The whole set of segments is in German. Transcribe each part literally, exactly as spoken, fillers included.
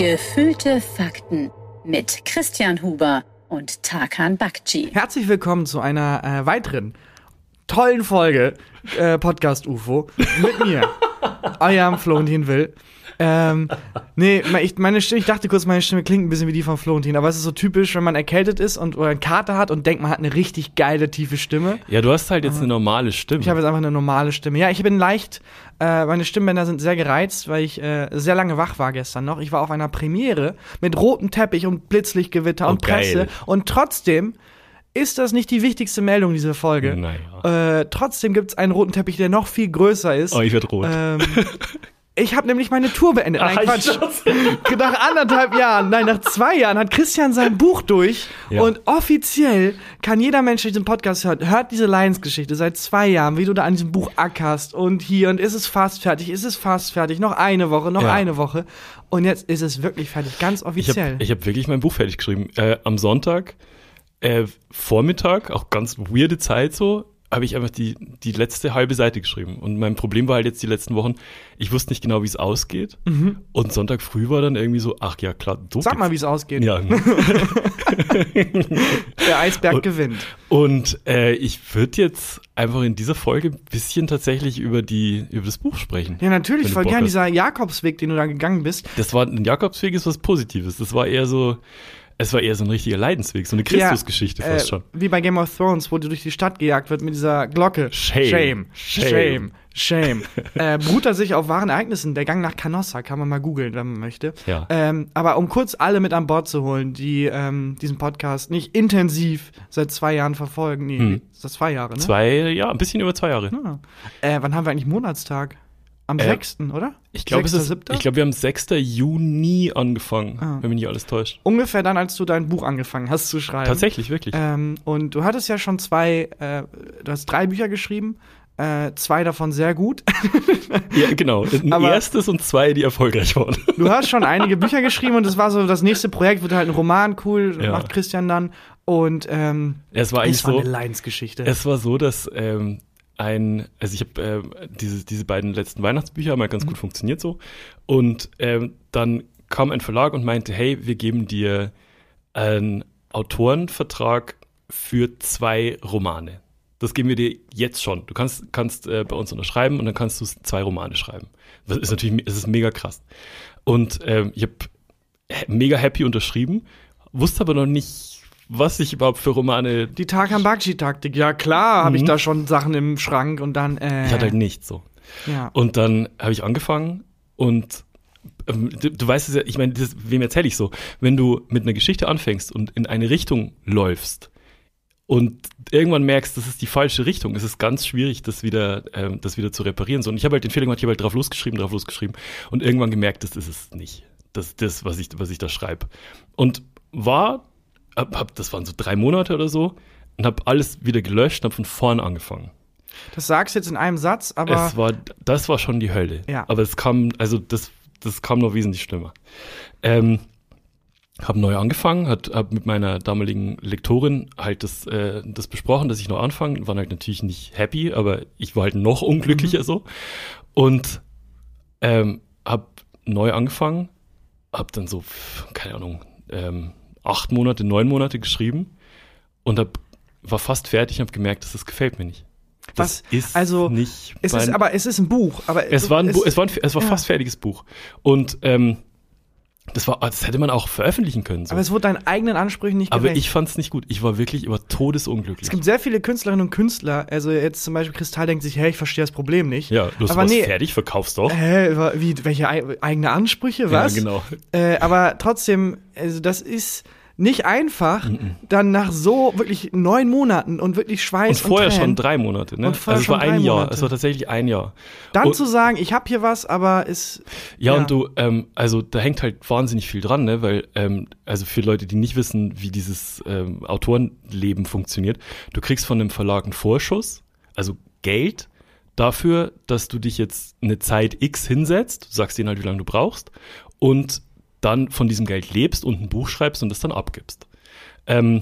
Gefühlte Fakten mit Christian Huber und Tarkan Bakci. Herzlich willkommen zu einer äh, weiteren tollen Folge äh, Podcast U F O mit mir, eurem Florentin Will. Ähm, nee, ich, meine Stimme, ich dachte kurz, meine Stimme klingt ein bisschen wie die von Florentin, aber es ist so typisch, wenn man erkältet ist und oder einen Kater hat und denkt, man hat eine richtig geile, tiefe Stimme. Ja, du hast halt jetzt eine normale Stimme. Ich habe jetzt einfach eine normale Stimme. Ja, ich bin leicht, äh, meine Stimmbänder sind sehr gereizt, weil ich äh, sehr lange wach war gestern noch. Ich war auf einer Premiere mit rotem Teppich und Blitzlichtgewitter Oh, und Presse geil. und trotzdem ist das nicht die wichtigste Meldung dieser Folge. Naja. Äh, trotzdem gibt es einen roten Teppich, der noch viel größer ist. Oh, ich werd rot. Ähm, ich habe nämlich meine Tour beendet. Nein, Ach, Quatsch. Nach anderthalb Jahren, nein, nach zwei Jahren hat Christian sein Buch durch. Ja. Und offiziell kann jeder Mensch, der diesen Podcast hört, hört diese Lions-Geschichte seit zwei Jahren, wie du da an diesem Buch ackerst. Und hier, und ist es fast fertig, ist es fast fertig, noch eine Woche, noch Ja. eine Woche. Und jetzt ist es wirklich fertig, ganz Ich offiziell. habe ich hab wirklich mein Buch fertig geschrieben. Äh, am Sonntag, äh, Vormittag, auch ganz weirde Zeit so, habe ich einfach die, die letzte halbe Seite geschrieben. Und mein Problem war halt jetzt die letzten Wochen, ich wusste nicht genau, wie es ausgeht. Mhm. Und Sonntag früh war dann irgendwie so, ach ja, klar, so Sag geht's. mal, wie es ausgeht. Ja. Der Eisberg Und- gewinnt. Und äh, ich würde jetzt einfach in dieser Folge ein bisschen tatsächlich über die über das Buch sprechen. Ja, natürlich, Wenn du voll Bock gern, hast. dieser Jakobsweg, den du da gegangen bist. Das war ein Jakobsweg, ist was Positives. Das war eher so, es war eher so ein richtiger Leidensweg, so eine Christusgeschichte Ja, fast äh, schon. Wie bei Game of Thrones, wo du durch die Stadt gejagt wird mit dieser Glocke. Shame. Shame. Shame. Shame. Shame. äh, beruht er sich auf wahren Ereignissen. Der Gang nach Canossa, kann man mal googeln, wenn man möchte. Ja. Ähm, aber um kurz alle mit an Bord zu holen, die ähm, diesen Podcast nicht intensiv seit zwei Jahren verfolgen. Nee, Hm. ist das zwei Jahre, ne? Zwei, ja, ein bisschen über zwei Jahre. Ah. Äh, wann haben wir eigentlich Monatstag? Am Äh, sechsten, oder? Ich glaube, es Sechster, ist, siebter? ich glaube, wir haben sechsten Juni angefangen, Ah. wenn mich nicht alles täuscht. Ungefähr dann, als du dein Buch angefangen hast zu schreiben. Tatsächlich, wirklich. Ähm, und du hattest ja schon zwei, äh, du hast drei Bücher geschrieben, äh, zwei davon sehr gut. Ja, genau. Ein aber- erstes und zwei, die erfolgreich waren. Du hast schon einige Bücher geschrieben und es war so das nächste Projekt, wird halt ein Roman, cool, Ja. macht Christian dann. Und ähm, Es war eigentlich es war so, eine Leidensgeschichte. es war so, dass ähm, ein, also ich habe äh, diese, diese beiden letzten Weihnachtsbücher haben halt ganz gut funktioniert so. Und ähm, dann kam ein Verlag und meinte, hey, wir geben dir einen Autorenvertrag für zwei Romane. Das geben wir dir jetzt schon. Du kannst, kannst äh, bei uns unterschreiben und dann kannst du zwei Romane schreiben. Das ist natürlich, es ist mega krass. Und ähm, ich habe mega happy unterschrieben, wusste aber noch nicht, was ich überhaupt für Romane. Die Tarkan Bakci-Taktik, ja klar, habe ich Mhm. da schon Sachen im Schrank und dann, äh, Ich hatte halt nichts so. ja. Und dann habe ich angefangen und ähm, du, du weißt es ja, ich meine, das, wem erzähle ich so? Wenn du mit einer Geschichte anfängst und in eine Richtung läufst und irgendwann merkst, das ist die falsche Richtung, ist es ganz schwierig, das wieder, ähm, das wieder zu reparieren. So, und ich habe halt den Fehler gemacht, ich habe halt drauf losgeschrieben, drauf losgeschrieben und irgendwann gemerkt, das ist es nicht. Das ist das, was ich, was ich da schreibe. Und war, hab, hab, das waren so drei Monate oder so, und habe alles wieder gelöscht und habe von vorn angefangen. Das sagst du jetzt in einem Satz, aber Es war, das war schon die Hölle. Ja. Aber es kam, also das, das kam noch wesentlich schlimmer. Ähm, habe neu angefangen, hat, hab mit meiner damaligen Lektorin halt das, äh, das besprochen, dass ich noch anfange. Waren halt natürlich nicht happy, aber ich war halt noch unglücklicher so. Und ähm, habe neu angefangen, habe dann so, keine Ahnung, ähm, acht Monate, neun Monate geschrieben und hab, war fast fertig und habe gemerkt, dass das gefällt mir nicht. Das Was? ist Also, nicht es ist, mein- aber es ist ein Buch. Aber es war ein es, Bu- es war, ein, es war ja. fast fertiges Buch. Und ähm, das war, das hätte man auch veröffentlichen können. So. aber es wurde deinen eigenen Ansprüchen nicht Aber gerecht. ich fand's nicht gut. Ich war wirklich über todesunglücklich. Es gibt sehr viele Künstlerinnen und Künstler, also jetzt zum Beispiel Kristall denkt sich, hey, ich verstehe das Problem nicht. ja, du hast aber was nee. fertig, verkaufst doch. Hä, wa- wie, welche ei- eigene Ansprüche, was? Ja, genau. Äh, aber trotzdem, also das ist nicht einfach, dann nach so wirklich neun Monaten und wirklich Schweiß Und und, vorher Tränen, schon drei Monate, ne? Und vorher also es war schon drei ein Jahr. Monate. Es war tatsächlich ein Jahr. dann und- zu sagen, ich habe hier was, aber es Ja, Ja. und du, ähm, also da hängt halt wahnsinnig viel dran, ne? Weil, ähm, also für Leute, die nicht wissen, wie dieses ähm, Autorenleben funktioniert, du kriegst von dem Verlag einen Vorschuss, also Geld, dafür, dass du dich jetzt eine Zeit X hinsetzt, du sagst denen halt, wie lange du brauchst, und dann von diesem Geld lebst und ein Buch schreibst und das dann abgibst. Ähm,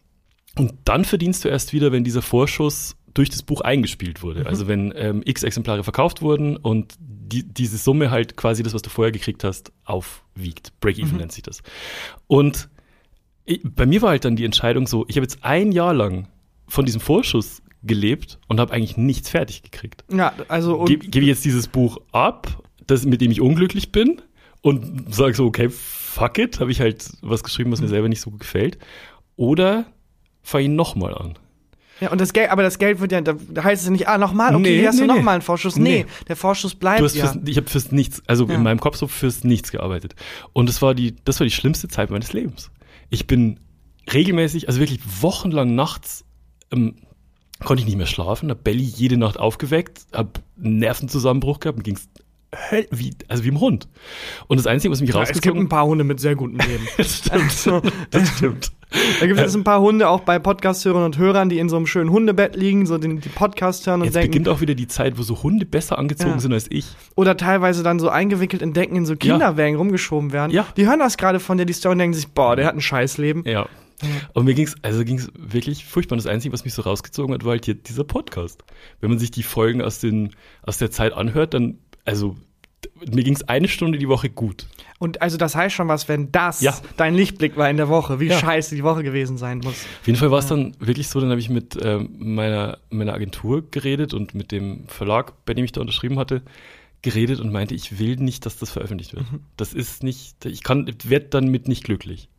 und dann verdienst du erst wieder, wenn dieser Vorschuss durch das Buch eingespielt wurde. Mhm. Also wenn ähm, x Exemplare verkauft wurden und die, diese Summe halt quasi das, was du vorher gekriegt hast, aufwiegt. Break-even Mhm. nennt sich das. Und ich, bei mir war halt dann die Entscheidung so, ich habe jetzt ein Jahr lang von diesem Vorschuss gelebt und habe eigentlich nichts fertig gekriegt. Ja, also und Gebe geb ich jetzt dieses Buch ab, das, mit dem ich unglücklich bin und sage so, okay, fuck it, habe ich halt was geschrieben, was mir selber nicht so gut gefällt. Oder fange ich nochmal an. ja, und das Geld, aber das Geld wird ja, da da heißt es ja nicht, ah, nochmal, okay, Nee, hier hast nee, du nee. nochmal einen Vorschuss. Nee, Nee. der Vorschuss bleibt Du hast ja. fürs, ich habe fürs Nichts, also Ja. in meinem Kopf so fürs Nichts gearbeitet. Und das war die, das war die schlimmste Zeit meines Lebens. Ich bin regelmäßig, also wirklich wochenlang nachts, ähm, konnte ich nicht mehr schlafen, hab Belly jede Nacht aufgeweckt, hab einen Nervenzusammenbruch gehabt, mir ging's höll- wie, also wie im Hund. Und das Einzige, was mich Ja, es gibt rausgezogen ein paar Hunde mit sehr guten Leben. das stimmt, das stimmt. Da gibt es ein paar Hunde auch bei Podcast-Hörern und Hörern, die in so einem schönen Hundebett liegen, so den, die Podcast hören und Jetzt denken, beginnt auch wieder die Zeit, wo so Hunde besser angezogen Ja. sind als ich. oder teilweise dann so eingewickelt in Decken in so Kinderwägen rumgeschoben werden. Ja. Die hören das gerade von dir, die Story, und denken sich, boah, der hat ein Scheißleben. Ja. Und mir ging's, also ging's wirklich furchtbar. Und das Einzige, was mich so rausgezogen hat, war halt hier dieser Podcast. Wenn man sich die Folgen aus den, aus der Zeit anhört, dann, also, d- mir ging's eine Stunde die Woche gut. Und also das heißt schon was, wenn das Ja. dein Lichtblick war in der Woche, wie Ja. scheiße die Woche gewesen sein muss. Auf jeden Fall war es dann wirklich so, dann habe ich mit ähm, meiner, meiner Agentur geredet und mit dem Verlag, bei dem ich da unterschrieben hatte, geredet und meinte, ich will nicht, dass das veröffentlicht wird. Mhm. Das ist nicht, ich kann, werde dann mit nicht glücklich.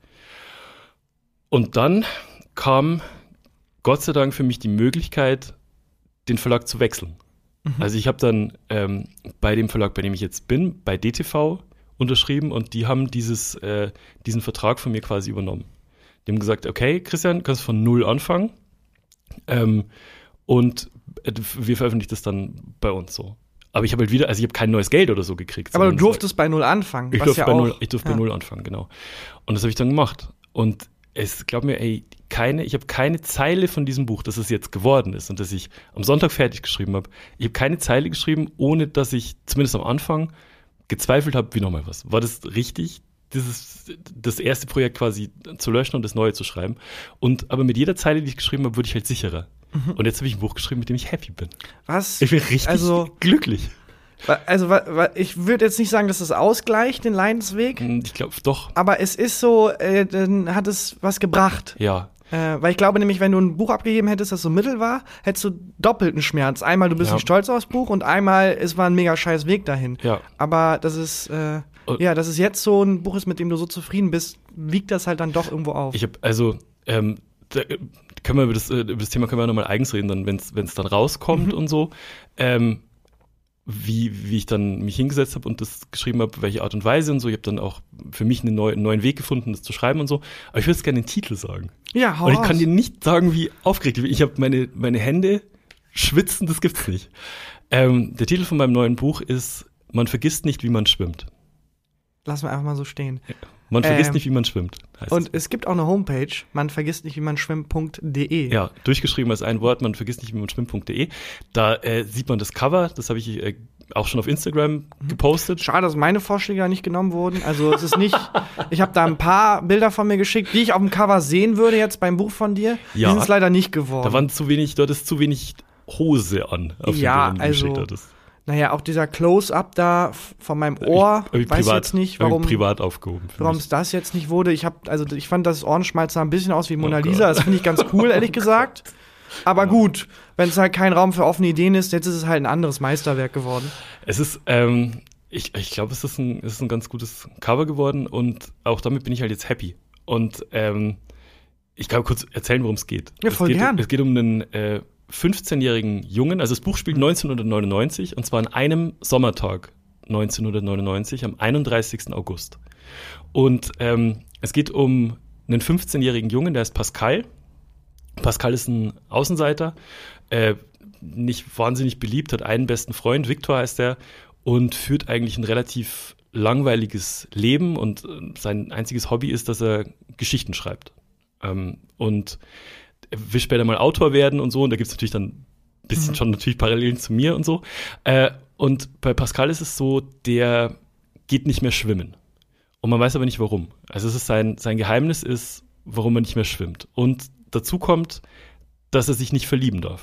Und dann kam Gott sei Dank für mich die Möglichkeit, den Verlag zu wechseln. Mhm. Also ich habe dann ähm, bei dem Verlag, bei dem ich jetzt bin, bei D T V unterschrieben und die haben dieses, äh, diesen Vertrag von mir quasi übernommen. Die haben gesagt, okay, Christian, du kannst von null anfangen ähm, und äh, wir veröffentlichen das dann bei uns so. Aber ich habe halt wieder, also ich habe kein neues Geld oder so gekriegt. Aber du sondern es war- durftest bei Null anfangen. ich was durfte, ja bei, auch, null, ich durfte ja. bei Null anfangen, genau. Und das habe ich dann gemacht. Und es, glaub mir, ey, keine, ich habe keine Zeile von diesem Buch, das es jetzt geworden ist und das ich am Sonntag fertig geschrieben habe. Ich habe keine Zeile geschrieben, ohne dass ich zumindest am Anfang gezweifelt habe, wie nochmal was. War das richtig, dieses, das erste Projekt quasi zu löschen und das neue zu schreiben? Und aber mit jeder Zeile, die ich geschrieben habe, wurde ich halt sicherer. Und jetzt habe ich ein Buch geschrieben, mit dem ich happy bin. Was? Ich bin richtig Also- glücklich. Wa- Also wa- wa- ich würde jetzt nicht sagen, dass das ausgleicht, den Leidensweg, Und ich glaube, doch, aber es ist so, äh, dann hat es was gebracht. ja. Äh, weil ich glaube nämlich, wenn du ein Buch abgegeben hättest, das so mittel war, hättest du doppelten Schmerz. Einmal, du bist Ja. nicht stolz aufs Buch und einmal, es war ein mega scheiß Weg dahin. Ja. Aber das ist, äh, Und- ja, dass es jetzt so ein Buch ist, mit dem du so zufrieden bist, wiegt das halt dann doch irgendwo auf. Ich habe also ähm, da äh, können wir über das, äh, über das Thema können wir nochmal eigens reden, dann wenn es dann rauskommt Mhm. und so. Ähm, wie, wie ich dann mich hingesetzt habe und das geschrieben habe, welche Art und Weise und so. Ich habe dann auch für mich einen, neu, einen neuen Weg gefunden, das zu schreiben und so. Aber ich würde jetzt gerne den Titel sagen. ja, hau Und ich raus. kann dir nicht sagen, wie aufgeregt ich bin. Ich habe meine, meine Hände schwitzen, das gibt's nicht. Ähm, der Titel von meinem neuen Buch ist Man vergisst nicht, wie man schwimmt. Lass mal einfach mal so stehen. Man vergisst Ähm, nicht, wie man schwimmt. Heißt Und es gibt auch eine Homepage, man vergisst nicht, wie man schwimmt punkt de. Ja, durchgeschrieben als ein Wort, man vergisst nicht, wie man schwimmt punkt de. Da äh, sieht man das Cover, das habe ich äh, auch schon auf Instagram gepostet. Schade, dass meine Vorschläge da nicht genommen wurden. Also es ist nicht, ich habe da ein paar Bilder von mir geschickt, die ich auf dem Cover sehen würde jetzt beim Buch von dir. Die Ja. sind es leider nicht geworden. Da waren zu wenig, dort ist zu wenig Hose an, auf Ja, den du also- geschickt hattest. Naja, auch dieser Close-Up da f- von meinem Ohr, Hab ich weiß privat, jetzt nicht, hab ich warum privat aufgehoben. für warum mich. es das jetzt nicht wurde. Ich habe, also ich fand, das Ohrenschmalz sah ein bisschen aus wie Mona Oh Lisa. Gott. Das finde ich ganz cool, ehrlich gesagt. Aber gut, wenn es halt kein Raum für offene Ideen ist, jetzt ist es halt ein anderes Meisterwerk geworden. Es ist, ähm, ich, ich glaube, es ist ein, es ist ein ganz gutes Cover geworden und auch damit bin ich halt jetzt happy. Und ähm, ich kann kurz erzählen, worum es geht. Ja, voll es geht, gern. Es geht um einen äh, fünfzehnjährigen Jungen, also das Buch spielt neunzehnhundertneunundneunzig und zwar an einem Sommertag neunzehnhundertneunundneunzig, am einunddreißigsten August. Und ähm, es geht um einen fünfzehnjährigen Jungen, der heißt Pascal. Pascal ist ein Außenseiter, äh, nicht wahnsinnig beliebt, hat einen besten Freund, Viktor heißt er, und führt eigentlich ein relativ langweiliges Leben und äh, sein einziges Hobby ist, dass er Geschichten schreibt. Ähm, und er will später mal Autor werden und so, und da gibt es natürlich dann ein bisschen Mhm. schon natürlich Parallelen zu mir und so. Äh, und bei Pascal ist es so, der geht nicht mehr schwimmen. Und man weiß aber nicht warum. Also es ist sein, sein Geheimnis ist, warum er nicht mehr schwimmt. Und dazu kommt, dass er sich nicht verlieben darf.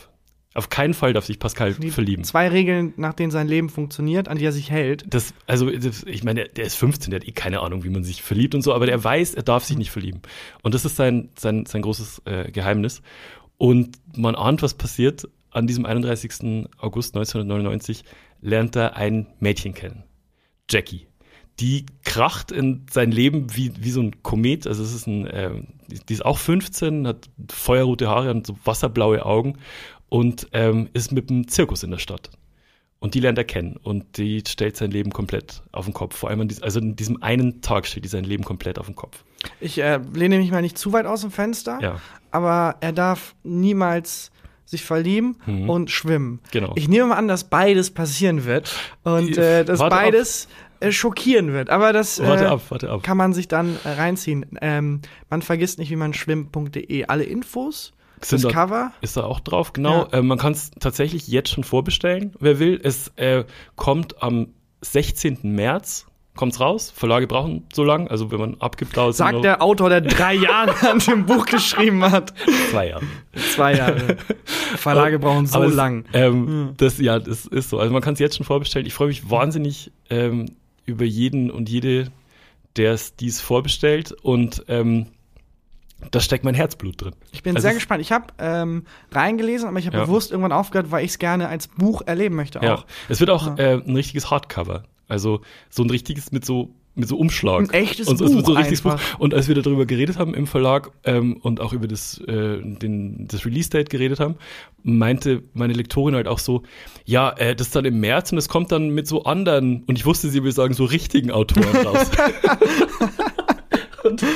Auf keinen Fall darf sich Pascal Die verlieben. Zwei Regeln, nach denen sein Leben funktioniert, an die er sich hält. Das, also, das, ich meine, der, der ist fünfzehn, der hat eh keine Ahnung, wie man sich verliebt und so, aber der weiß, er darf sich nicht verlieben. Und das ist sein, sein, sein großes äh, Geheimnis. Und man ahnt, was passiert. An diesem einunddreißigsten August neunzehnhundertneunundneunzig lernt er ein Mädchen kennen. Jackie. Die kracht in sein Leben wie, wie so ein Komet. Also es ist ein, äh, die ist auch fünfzehn, hat feuerrote Haare und so wasserblaue Augen und ähm, ist mit einem Zirkus in der Stadt. Und die lernt er kennen und die stellt sein Leben komplett auf den Kopf. Vor allem an diesem, also in diesem einen Tag stellt die sein Leben komplett auf den Kopf. Ich äh, lehne mich mal nicht zu weit aus dem Fenster, Ja. aber er darf niemals sich verlieben Mhm. und schwimmen. Genau. Ich nehme mal an, dass beides passieren wird und äh, dass Warte ab. beides äh, schockieren wird. Aber das äh, Warte ab, warte ab. kann man sich dann äh, reinziehen. Ähm, man vergisst nicht, wie man schwimmt punkt de. Alle Infos, Sind das da- Cover. Ist da auch drauf, genau. Ja. Äh, man kann es tatsächlich jetzt schon vorbestellen, wer will. Es äh, kommt am sechzehnten März, kommt's raus. Verlage brauchen so lang, also wenn man abgibt, dauert es Sagt nur der Autor, der drei Jahre an dem Buch geschrieben hat. zwei Jahre. Zwei Jahre. Verlage brauchen so Aber es- lang. Ähm, das, ja, das ist so. Also man kann es jetzt schon vorbestellen. Ich freue mich wahnsinnig ähm, über jeden und jede, der es dies vorbestellt. Und ähm, da steckt mein Herzblut drin. Ich bin Also sehr es- gespannt. Ich habe ähm, reingelesen, aber ich habe Ja. bewusst irgendwann aufgehört, weil ich es gerne als Buch erleben möchte Ja, auch. es wird auch Ja. äh, ein richtiges Hardcover. Also so ein richtiges mit so mit so Umschlag. Ein echtes und, es wird Buch so ein richtiges einfach. Buch. Und als wir darüber geredet haben im Verlag ähm, und auch über das, äh, den, das Release-Date geredet haben, meinte meine Lektorin halt auch so, ja, äh, das ist dann im März und es kommt dann mit so anderen, und ich wusste, sie will sagen, so richtigen Autoren raus. Und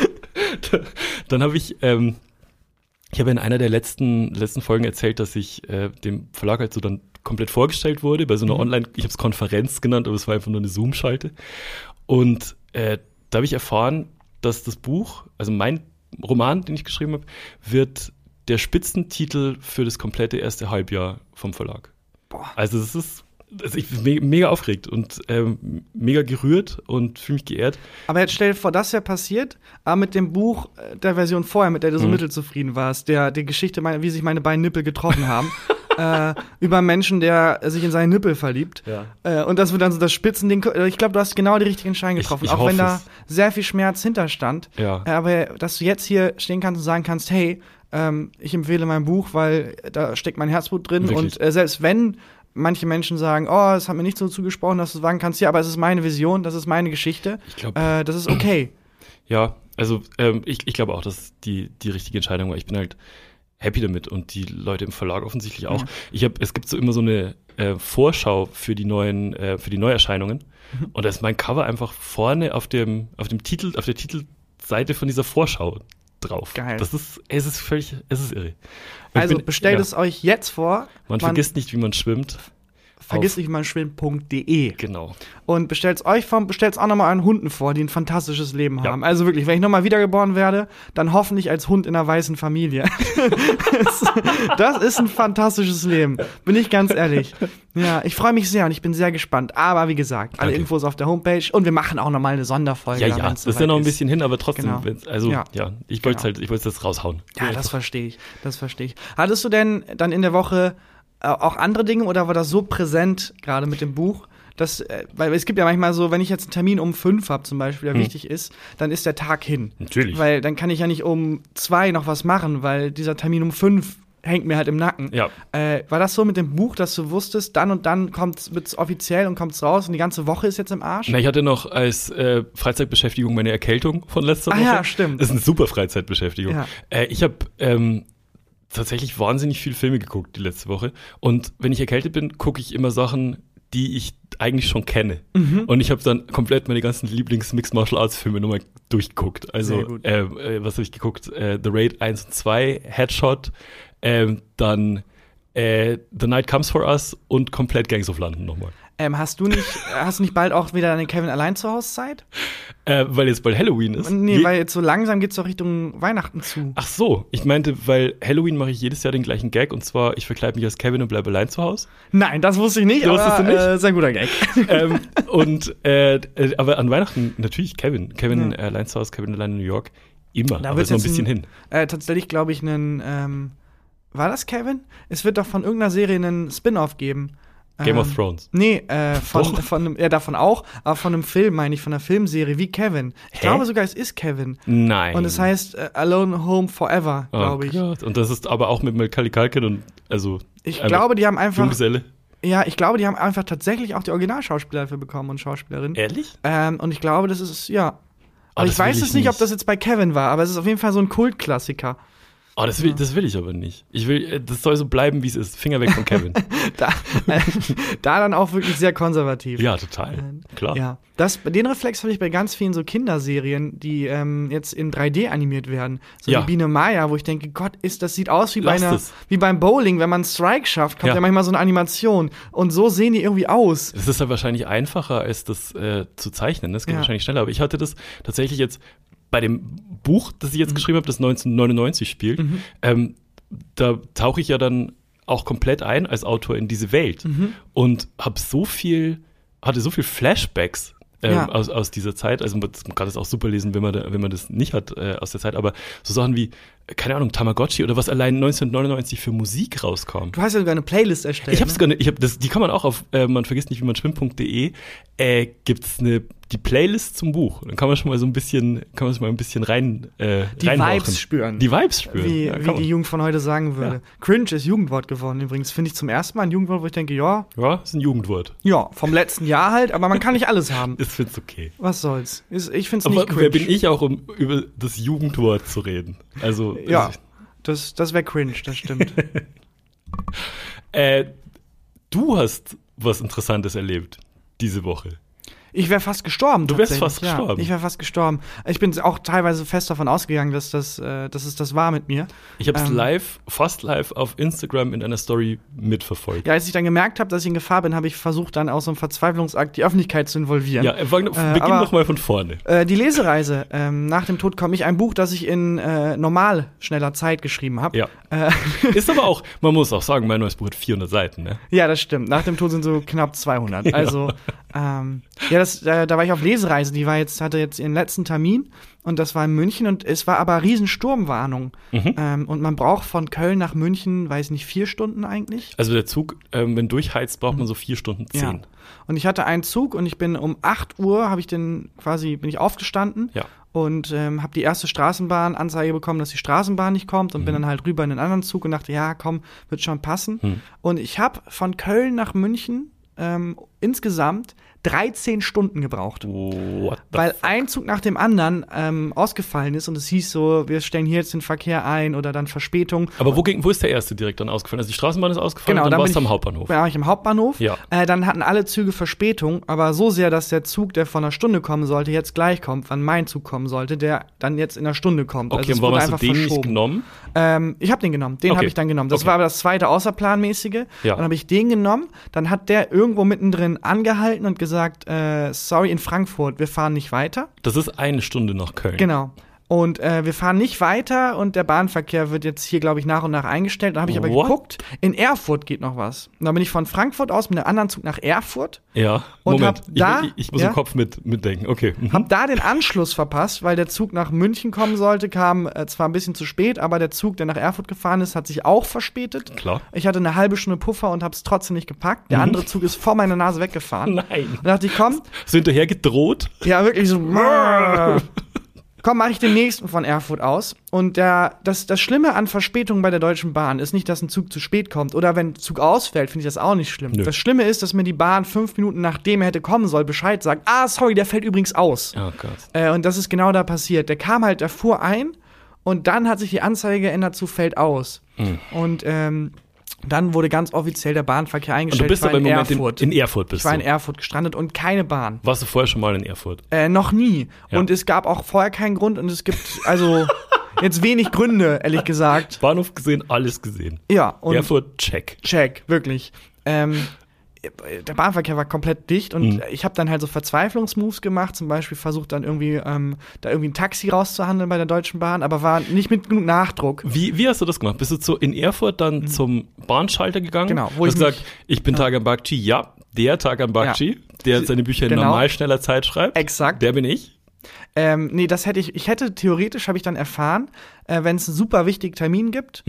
dann habe ich, ähm, ich habe in einer der letzten, letzten Folgen erzählt, dass ich äh, dem Verlag halt so dann komplett vorgestellt wurde, bei so einer Mhm. Online, ich habe es Konferenz genannt, aber es war einfach nur eine Zoom-Schalte. Und äh, da habe ich erfahren, dass das Buch, also mein Roman, den ich geschrieben habe, wird der Spitzentitel für das komplette erste Halbjahr vom Verlag. Boah. Also es ist, also ich bin me- mega aufgeregt und ähm, mega gerührt und fühle mich geehrt. Aber jetzt stell dir vor, das wäre passiert, aber mit dem Buch äh, der Version vorher, mit der du so Mhm. mittelzufrieden warst, der die Geschichte, mein, wie sich meine beiden Nippel getroffen haben, äh, über einen Menschen, der sich in seinen Nippel verliebt. Ja. Äh, und das wird dann so das Spitzending. Ich glaube, du hast genau die richtigen Entscheidung Ich- getroffen, ich auch hoffe wenn da es. sehr viel Schmerz hinterstand. Ja. Äh, aber dass du jetzt hier stehen kannst und sagen kannst, hey, ähm, ich empfehle mein Buch, weil da steckt mein Herzblut drin. Wirklich. Und äh, selbst wenn manche Menschen sagen, oh, es hat mir nicht so zugesprochen, dass du sagen kannst, ja, aber es ist meine Vision, das ist meine Geschichte, Ich glaube, äh, das ist okay. ja, also ähm, ich, ich glaube auch, dass die, die richtige Entscheidung war. Ich bin halt happy damit und die Leute im Verlag offensichtlich auch. Ja. Ich habe, es gibt so immer so eine äh, Vorschau für die neuen, äh, für die Neuerscheinungen Mhm. und da ist mein Cover einfach vorne auf dem, auf dem Titel, auf der Titelseite von dieser Vorschau drauf. Geil. Das ist, es ist völlig, es ist irre. Und ich Also bin- bestellt ja, es euch jetzt vor. Man, vergisst nicht, wie man schwimmt. vergisst auf- nicht, wie man schwimmt punkt de. Genau. Und bestellt es euch vor, bestellt es auch nochmal euren Hunden vor, die ein fantastisches Leben Ja. haben. Also wirklich, wenn ich nochmal wiedergeboren werde, dann hoffentlich als Hund in einer weißen Familie. das, das ist ein fantastisches Leben, bin ich ganz ehrlich. Ja, ich freue mich sehr und ich bin sehr gespannt. Aber wie gesagt, alle Okay. Infos auf der Homepage und wir machen auch nochmal eine Sonderfolge. Ja, dann, ja, wenn's das ist ja soweit noch ein bisschen hin, aber trotzdem, Genau. wenn's- also Ja. ja, ich wollte Genau. halt, ich wollte das raushauen. Ja, das verstehe ich. Das verstehe ich. Hattest du denn dann in der Woche äh, auch andere Dinge oder war das so präsent gerade mit dem Buch? Dass, äh, weil es gibt ja manchmal so, wenn ich jetzt einen Termin um fünf habe zum Beispiel, der Hm. wichtig ist, dann ist der Tag hin. Natürlich. Weil dann kann ich ja nicht um zwei noch was machen, weil dieser Termin um fünf hängt mir halt im Nacken. Ja. Äh, war das so mit dem Buch, dass du wusstest, dann und dann kommt's, wird's offiziell und kommt's raus und die ganze Woche ist jetzt im Arsch? Na, ich hatte noch als äh, Freizeitbeschäftigung meine Erkältung von letzter Ah Woche. ja, stimmt. Das ist eine super Freizeitbeschäftigung. Ja. Äh, ich habe ähm, tatsächlich wahnsinnig viel Filme geguckt die letzte Woche. Und wenn ich erkältet bin, gucke ich immer Sachen, die ich eigentlich schon kenne. Mhm. Und ich habe dann komplett meine ganzen Lieblings-Mixed-Martial-Arts-Filme nochmal durchgeguckt. Sehr Also, gut. äh, äh, was habe ich geguckt? Äh, The Raid eins und zwei, Headshot, ähm, dann äh, The Night Comes For Us und komplett Gangs of London nochmal. Ähm, hast du nicht, hast du nicht bald auch wieder eine Kevin allein zu Hause Zeit? Äh, weil jetzt bald Halloween ist. Nee, Je- weil jetzt so langsam geht's doch Richtung Weihnachten zu. Ach so, ich meinte, weil Halloween mache ich jedes Jahr den gleichen Gag und zwar, ich verkleide mich als Kevin und bleibe allein zu Hause. Nein, das wusste ich nicht, Du aber wusstest du nicht? Äh, sehr guter Gag. ähm, und äh, äh, aber an Weihnachten natürlich Kevin. Kevin Ja. äh, allein zu Hause, Kevin allein in New York. Immer. Da aber wird's ist noch ein jetzt bisschen ein- hin. Äh, tatsächlich glaube ich einen ähm, war das Kevin? Es wird doch von irgendeiner Serie einen Spin-off geben. Game ähm, of Thrones. Nee, äh, von, Doch. von einem, ja, davon auch, aber von einem Film, meine ich, von einer Filmserie wie Kevin. Ich Hä? glaube sogar, es ist Kevin. Nein. Und es heißt äh, Alone Home Forever, oh glaube ich. Gott. Und das ist aber auch mit Macaulay Culkin und also Ich einfach glaube, die haben einfach, Junggeselle. ja, ich glaube, die haben einfach tatsächlich auch die Originalschauspieler dafür bekommen und Schauspielerinnen. Ehrlich? Ähm, und ich glaube, das ist, ja. Oh, Aber das ich weiß will es ich nicht, ob nicht. das jetzt bei Kevin war, aber es ist auf jeden Fall so ein Kultklassiker. Oh, das will, das will ich aber nicht. Ich will, äh, das soll so bleiben, wie es ist. Finger weg von Kevin. Da, äh, da dann auch wirklich sehr konservativ. Ja, total. Klar. Ja, das, den Reflex habe ich bei ganz vielen so Kinderserien, die ähm, jetzt in drei D animiert werden. So Ja. wie Biene Maya, wo ich denke, Gott, ist, das sieht aus wie, bei Lasst einer, es. wie beim Bowling, wenn man einen Strike schafft, kommt ja. Ja. manchmal so eine Animation. Und so sehen die irgendwie aus. Das ist ja wahrscheinlich einfacher, als das äh, zu zeichnen. Das geht Ja. wahrscheinlich schneller. Aber ich hatte das tatsächlich jetzt bei dem Buch, das ich jetzt Mhm. geschrieben habe, das neunzehnhundertneunundneunzig spielt. Mhm. Ähm, da tauche ich ja dann auch komplett ein als Autor in diese Welt Mhm. und habe so viel, hatte so viel Flashbacks ähm, Ja. aus, aus dieser Zeit. Also man man kann das auch super lesen, wenn man, da, wenn man das nicht hat äh, aus der Zeit. Aber so Sachen wie, keine Ahnung, Tamagotchi oder was allein neunzehnhundertneunundneunzig für Musik rauskam. Du hast ja sogar eine Playlist erstellt. Ich habe ne? sogar, ne, ich hab das, die kann man auch auf, äh, man vergisst nicht, wie man schwimmt punkt de, äh, gibt's eine, die Playlist zum Buch. Dann kann man schon mal so ein bisschen, kann man schon mal ein bisschen rein, äh, Die reinhauchen. Vibes spüren. Die Vibes spüren. Wie, ja, wie kann die man. Jugend von heute sagen würde. Ja. Cringe ist Jugendwort geworden übrigens. Finde ich zum ersten Mal ein Jugendwort, wo ich denke, ja, Ja, ist ein Jugendwort. ja, vom letzten Jahr halt, aber man kann nicht alles haben. Ich find's okay. Was soll's? Ist, ich find's Aber nicht cringe. wer bin ich auch, um über das Jugendwort zu reden? Also, Ja, also, das, das wäre cringe, das stimmt. äh, du hast was Interessantes erlebt diese Woche. Ich wäre fast gestorben. Du wärst tatsächlich, fast ja. gestorben. Ich wäre fast gestorben. Ich bin auch teilweise fest davon ausgegangen, dass, das, äh, dass es das war mit mir. Ich habe es Ähm. live, fast live auf Instagram in einer Story mitverfolgt. Ja, als ich dann gemerkt habe, dass ich in Gefahr bin, habe ich versucht, dann aus so einem Verzweiflungsakt die Öffentlichkeit zu involvieren. Ja, fang, beginn aber- doch mal von vorne. Äh, die Lesereise. Ähm, nach dem Tod komme ich, ein Buch, das ich in äh, normal schneller Zeit geschrieben habe. Ja. Äh, Ist aber auch, man muss auch sagen, mein neues Buch hat vierhundert Seiten, ne? Ja, das stimmt. Nach dem Tod sind so knapp zweihundert. Also, ähm, ja, das, äh, da war ich auf Lesereise. Die war jetzt, hatte jetzt ihren letzten Termin und das war in München und es war aber Riesensturmwarnung. Mhm. Ähm, und man braucht von Köln nach München, weiß nicht, vier Stunden eigentlich. Also der Zug, ähm, wenn durchheizt, braucht man so vier Stunden zehn. Ja. Und ich hatte einen Zug und ich bin um acht Uhr, habe ich den quasi, bin ich aufgestanden. Ja. Und ähm, habe die erste Straßenbahn-Anzeige bekommen, dass die Straßenbahn nicht kommt und bin dann halt rüber in den anderen Zug und dachte, ja, komm, wird schon passen. Mhm. Und ich habe von Köln nach München ähm, insgesamt dreizehn Stunden gebraucht. What the Weil ein Zug nach dem anderen ähm, ausgefallen ist und es hieß so, wir stellen hier jetzt den Verkehr ein oder dann Verspätung. Aber wo, ging, wo ist der erste direkt dann ausgefallen? Also die Straßenbahn ist ausgefallen, Genau, dann dann warst bin du am ich- Hauptbahnhof. Da war ich im Hauptbahnhof. Ja. Äh, dann hatten alle Züge Verspätung, aber so sehr, dass der Zug, der vor einer Stunde kommen sollte, jetzt gleich kommt, wann mein Zug kommen sollte, der dann jetzt in einer Stunde kommt. Okay, also es und warum wurde hast du einfach den nicht verschoben. genommen? Ähm, ich habe den genommen, den Okay. habe ich dann genommen. Das Okay. war aber das zweite Außerplanmäßige. Ja. Dann habe ich den genommen, dann hat der irgendwo mittendrin angehalten und gesagt, äh, sorry, in Frankfurt, wir fahren nicht weiter. Das ist eine Stunde nach Köln. Genau. Und äh, wir fahren nicht weiter und der Bahnverkehr wird jetzt hier, glaube ich, nach und nach eingestellt. Dann habe ich aber What? geguckt, in Erfurt geht noch was. Und dann bin ich von Frankfurt aus mit einem anderen Zug nach Erfurt. Ja, Und Moment. hab Ich, da- ich, ich muss ja? im Kopf mit, mitdenken. Okay. Mhm. Hab da den Anschluss verpasst, weil der Zug nach München kommen sollte, kam äh, zwar ein bisschen zu spät, aber der Zug, der nach Erfurt gefahren ist, hat sich auch verspätet. Klar. Ich hatte eine halbe Stunde Puffer und hab's trotzdem nicht gepackt. Der Mhm. andere Zug ist vor meiner Nase weggefahren. Nein. Und dachte ich, komm, Hast du hinterher gedroht? ja wirklich so, komm, mache ich den nächsten von Erfurt aus. Und der, das, das Schlimme an Verspätungen bei der Deutschen Bahn ist nicht, dass ein Zug zu spät kommt. Oder wenn ein Zug ausfällt, finde ich das auch nicht schlimm. Nö. Das Schlimme ist, dass mir die Bahn fünf Minuten nachdem er hätte kommen soll, Bescheid sagt, ah, sorry, der fällt übrigens aus. Oh Gott. Äh, und das ist genau da passiert. Der kam halt, der fuhr ein und dann hat sich die Anzeige geändert zu fällt aus. Mhm. Und ähm, dann wurde ganz offiziell der Bahnverkehr Und eingestellt. du bist Ich war aber im in Moment in, Erfurt. in Erfurt. Bist ich war in du. Erfurt gestrandet und keine Bahn. Warst du vorher schon mal in Erfurt? Äh, noch nie. Ja. Und es gab auch vorher keinen Grund und es gibt also jetzt wenig Gründe, ehrlich gesagt. Bahnhof gesehen, alles gesehen. Ja, und Erfurt, check. check, wirklich. Ähm, der Bahnverkehr war komplett dicht und Mhm. ich habe dann halt so Verzweiflungsmoves gemacht, zum Beispiel versucht dann irgendwie ähm, da irgendwie ein Taxi rauszuhandeln bei der Deutschen Bahn, aber war nicht mit genug Nachdruck. Wie, wie hast du das gemacht? Bist du zu, in Erfurt dann zum Bahnschalter gegangen? Genau, wo Wo ich hast gesagt, mich- ich bin Tagan Bakci. Ja, der Tagan Bakci, der seine Bücher in Genau. normal schneller Zeit schreibt. Exakt. Der bin ich. Ähm, nee, das hätte ich, ich hätte theoretisch, habe ich dann erfahren, äh, wenn es einen super wichtigen Termin gibt, Mhm.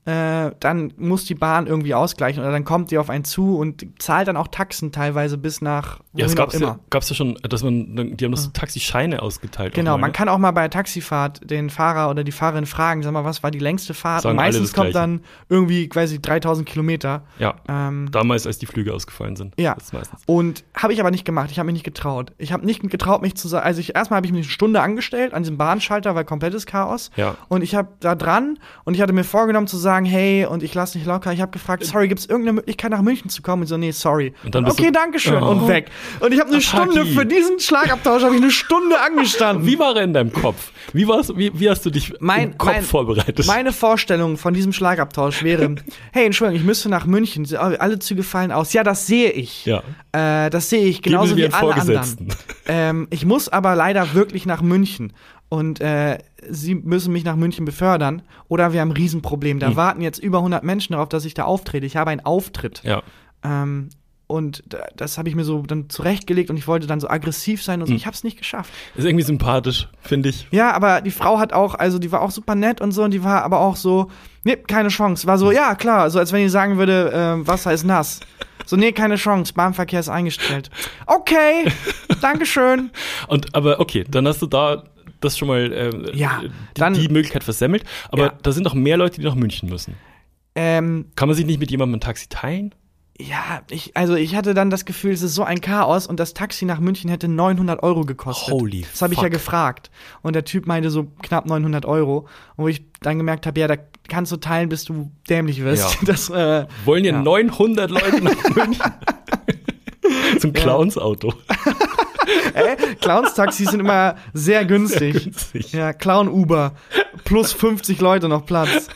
äh, dann muss die Bahn irgendwie ausgleichen oder dann kommt die auf einen zu und zahlt dann auch Taxen teilweise bis nach Ja, es wohin auch gab's immer. ja, gab's ja schon, dass man, die haben das so Taxischeine ausgeteilt. Genau, auch mal, man ne? kann auch mal bei der Taxifahrt den Fahrer oder die Fahrerin fragen, sag mal, was war die längste Fahrt? Sagen Und alle meistens das kommt Gleiche. dann irgendwie, weiß ich, dreitausend Kilometer. Ja, Ähm, damals, als die Flüge ausgefallen sind. Ja. Das ist meistens. Und habe ich aber nicht gemacht. Ich habe mich nicht getraut. Ich habe nicht getraut, mich zu sagen. Also ich erstmal habe ich mich eine Stunde angestellt an diesem Bahnschalter, weil komplettes Chaos. Ja. Und ich habe da dran und ich hatte mir vorgenommen zu sagen, hey, und ich lasse nicht locker. Ich habe gefragt, sorry, gibt es irgendeine Möglichkeit nach München zu kommen? Und so, nee, sorry. Und dann bist okay, du- danke schön Oh. und weg. Und ich habe eine Ach, Stunde Haki. für diesen Schlagabtausch habe ich eine Stunde angestanden. Wie war er in deinem Kopf? Wie, war's, wie, wie hast du dich Mein- im Kopf mein- vorbereitet? Meine Vorstellung von diesem Schlagabtausch wäre, hey, Entschuldigung, ich müsste nach München. Alle Züge fallen aus. Ja, das sehe ich. Ja. Äh, das sehe ich Geben genauso Sie mir wie einen alle anderen. Vorgesetzten. Ähm, ich muss aber leider wirklich nach München. Und äh, Sie müssen mich nach München befördern. Oder wir haben ein Riesenproblem. Da Hm. warten jetzt über hundert Menschen darauf, dass ich da auftrete. Ich habe einen Auftritt. Ja. Ähm, und da- das habe ich mir so dann zurechtgelegt und ich wollte dann so aggressiv sein und so. Hm. Ich habe es nicht geschafft. Ist irgendwie sympathisch, finde ich. Ja, aber die Frau hat auch, also die war auch super nett und so und die war aber auch so, nee, keine Chance. War so, ja, klar, so als wenn ich sagen würde, äh, Wasser ist nass. So, nee, keine Chance, Bahnverkehr ist eingestellt. Okay, Dankeschön. Und aber okay, dann hast du da das schon mal äh, Ja, die, dann- die Möglichkeit versemmelt. Aber Ja. da sind noch mehr Leute, die nach München müssen. Ähm, Kann man sich nicht mit jemandem ein Taxi teilen? ja, ich, also ich hatte dann das Gefühl, es ist so ein Chaos und das Taxi nach München hätte neunhundert Euro gekostet. Holy Das habe ich ja fuck. gefragt. Und der Typ meinte so knapp neunhundert Euro. Und wo ich dann gemerkt habe, ja, da kannst du teilen, bis du dämlich wirst. Ja. Das, äh, Wollen hier Ja. neunhundert Leute nach München? Zum Clowns-Auto. äh, Clowns-Taxis sind immer sehr günstig. Günstig. Ja, Clown-Uber. Plus fünfzig Leute noch Platz.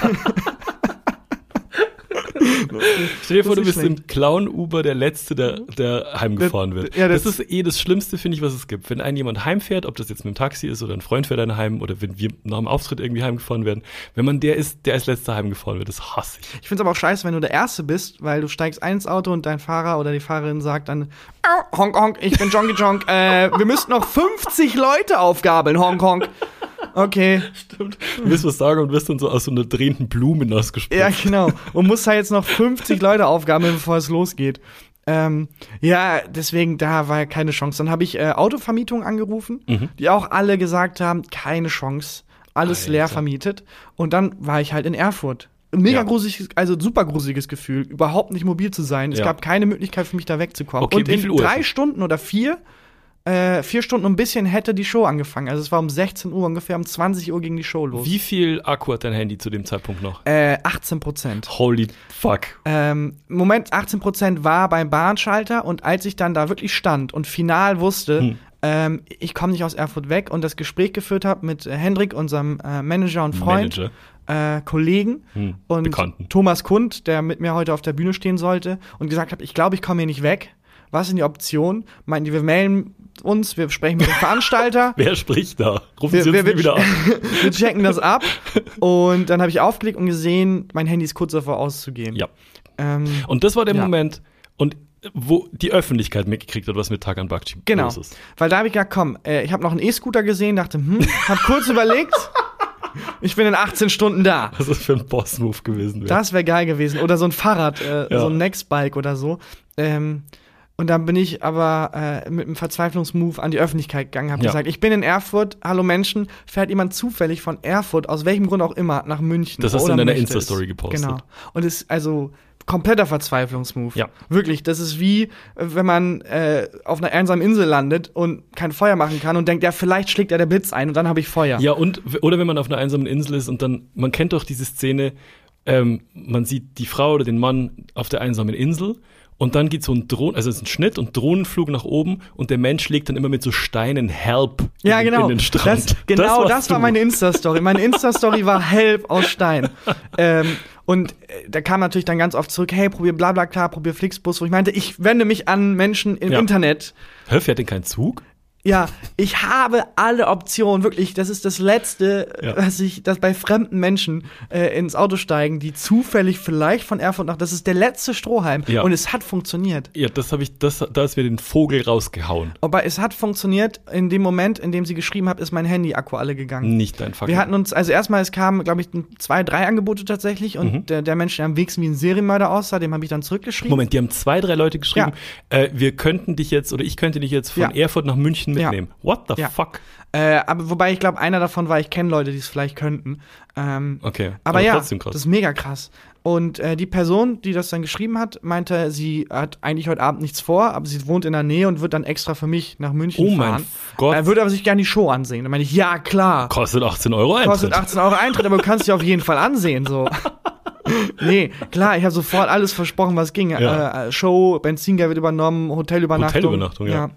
Stell dir vor, du Das ist bist nicht im Clown-Uber der Letzte, der, der heimgefahren wird. Ja, das, das- ist eh das Schlimmste, finde ich, was es gibt. Wenn ein jemand heimfährt, ob das jetzt mit dem Taxi ist oder ein Freund fährt einen heim oder wenn wir nach dem Auftritt irgendwie heimgefahren werden, wenn man der ist, der als Letzter heimgefahren wird, das hasse ich. Ich find's aber auch scheiße, wenn du der Erste bist, weil du steigst ein ins Auto und dein Fahrer oder die Fahrerin sagt dann, "Au, Honk, honk, ich bin Jonky Jonk, äh, wir müssten noch fünfzig Leute aufgabeln, Honk, honk. Okay, Stimmt. Du wirst was sagen und wirst dann so aus so einer drehenden Blume hinausgesprungen. ja genau. Und muss da jetzt noch fünfzig Leute aufgabeln, bevor es losgeht. Ähm, ja, deswegen, da war ja keine Chance. Dann habe ich äh, Autovermietung angerufen, Mhm. die auch alle gesagt haben, keine Chance, alles Alter. leer vermietet. Und dann war ich halt in Erfurt. Mega Ja. gruseliges, also super gruseliges Gefühl, überhaupt nicht mobil zu sein. Es Ja. gab keine Möglichkeit für mich, da wegzukommen. Okay, Und wie in viel Uhr ist drei es? Stunden oder vier, äh, vier Stunden und ein bisschen hätte die Show angefangen. Also es war um sechzehn Uhr, ungefähr um zwanzig Uhr ging die Show los. Wie viel Akku hat dein Handy zu dem Zeitpunkt noch? Äh, achtzehn Prozent. Holy fuck. Ähm, Moment, achtzehn Prozent war beim Bahnschalter und als ich dann da wirklich stand und final wusste, Hm. ähm, ich komme nicht aus Erfurt weg und das Gespräch geführt habe mit äh, Hendrik, unserem äh, Manager und Freund, Manager. Äh, Kollegen Hm. und Bekannten. Thomas Kund, der mit mir heute auf der Bühne stehen sollte und gesagt hat, ich glaube, ich komme hier nicht weg. Was sind die Optionen? Meinten die, wir melden uns, wir sprechen mit dem Veranstalter. Wer spricht da? Rufen Wir, Sie uns wir, nie wieder an. wir checken das ab. Und dann habe ich aufgelegt und gesehen, mein Handy ist kurz davor auszugehen. Ja. Ähm, Und das war der Ja. Moment, und wo die Öffentlichkeit mitgekriegt hat, was mit Tagan Bakci Genau, los ist. weil da habe ich gedacht, komm, äh, ich habe noch einen E-Scooter gesehen, dachte, hm, hab kurz überlegt, ich bin in achtzehn Stunden da. Was das für ein Boss-Move gewesen wäre. Das wäre geil gewesen. Oder so ein Fahrrad, äh, Ja. so ein Nextbike oder so. Ähm, und dann bin ich aber äh, mit einem Verzweiflungsmove an die Öffentlichkeit gegangen, habe Ja. gesagt, ich bin in Erfurt, hallo Menschen, fährt jemand zufällig von Erfurt, aus welchem Grund auch immer, nach München. Das hast du oder in deiner möchte es. Insta-Story gepostet. Genau. Und es ist also kompletter Verzweiflungsmove. Ja. Wirklich, das ist wie, äh, wenn man äh, auf einer einsamen Insel landet und kein Feuer machen kann und denkt, ja, vielleicht schlägt ja der Blitz ein und dann habe ich Feuer. Ja, und, oder wenn man auf einer einsamen Insel ist und dann, man kennt doch diese Szene, ähm, man sieht die Frau oder den Mann auf der einsamen Insel und dann geht so ein Drohnen, also es ist ein Schnitt und Drohnenflug nach oben und der Mensch legt dann immer mit so Steinen Help Ja, in, genau. in den Strand. Das, genau, das, warst war du. meine Insta-Story. Meine Insta-Story war Help aus Stein. ähm, und äh, da kam natürlich dann ganz oft zurück, hey, probier Blablacar, probier Flixbus, wo ich meinte, ich wende mich an Menschen im Ja. Internet. Hä, fährt denn kein Zug? Ja, ich habe alle Optionen, wirklich. Das ist das Letzte, Ja. was ich, dass bei fremden Menschen äh, ins Auto steigen, die zufällig vielleicht von Erfurt nach, das ist der letzte Strohhalm. Ja. Und es hat funktioniert. Ja, das habe ich, das, da ist mir den Vogel rausgehauen. Aber es hat funktioniert. In dem Moment, in dem sie geschrieben hat, ist mein Handy-Akku alle gegangen. Nicht dein Fuck. Wir hatten uns, also erstmal, es kamen, glaube ich, zwei, drei Angebote tatsächlich. Und Mhm. der, der Mensch, der am wenigsten wie ein Serienmörder aussah, dem habe ich dann zurückgeschrieben. Moment, die haben zwei, drei Leute geschrieben, äh, wir könnten dich jetzt, oder ich könnte dich jetzt von Ja. Erfurt nach München mitnehmen. What the Ja. fuck? Äh, aber wobei ich glaube, einer davon war, ich kenne Leute, die es vielleicht könnten. Ähm, Okay, aber, aber ja, trotzdem krass. das ist mega krass. Und äh, die Person, die das dann geschrieben hat, meinte, sie hat eigentlich heute Abend nichts vor, aber sie wohnt in der Nähe und wird dann extra für mich nach München Oh mein fahren. Gott. Er würde aber sich gerne die Show ansehen. Dann meine ich, ja, klar. Kostet achtzehn Euro Eintritt. Kostet achtzehn Euro Eintritt, aber du kannst dich auf jeden Fall ansehen. So. Nee, klar, ich habe sofort alles versprochen, was ging. Ja. Äh, Show, Benzingeld wird übernommen, Hotelübernachtung. Hotelübernachtung, ja.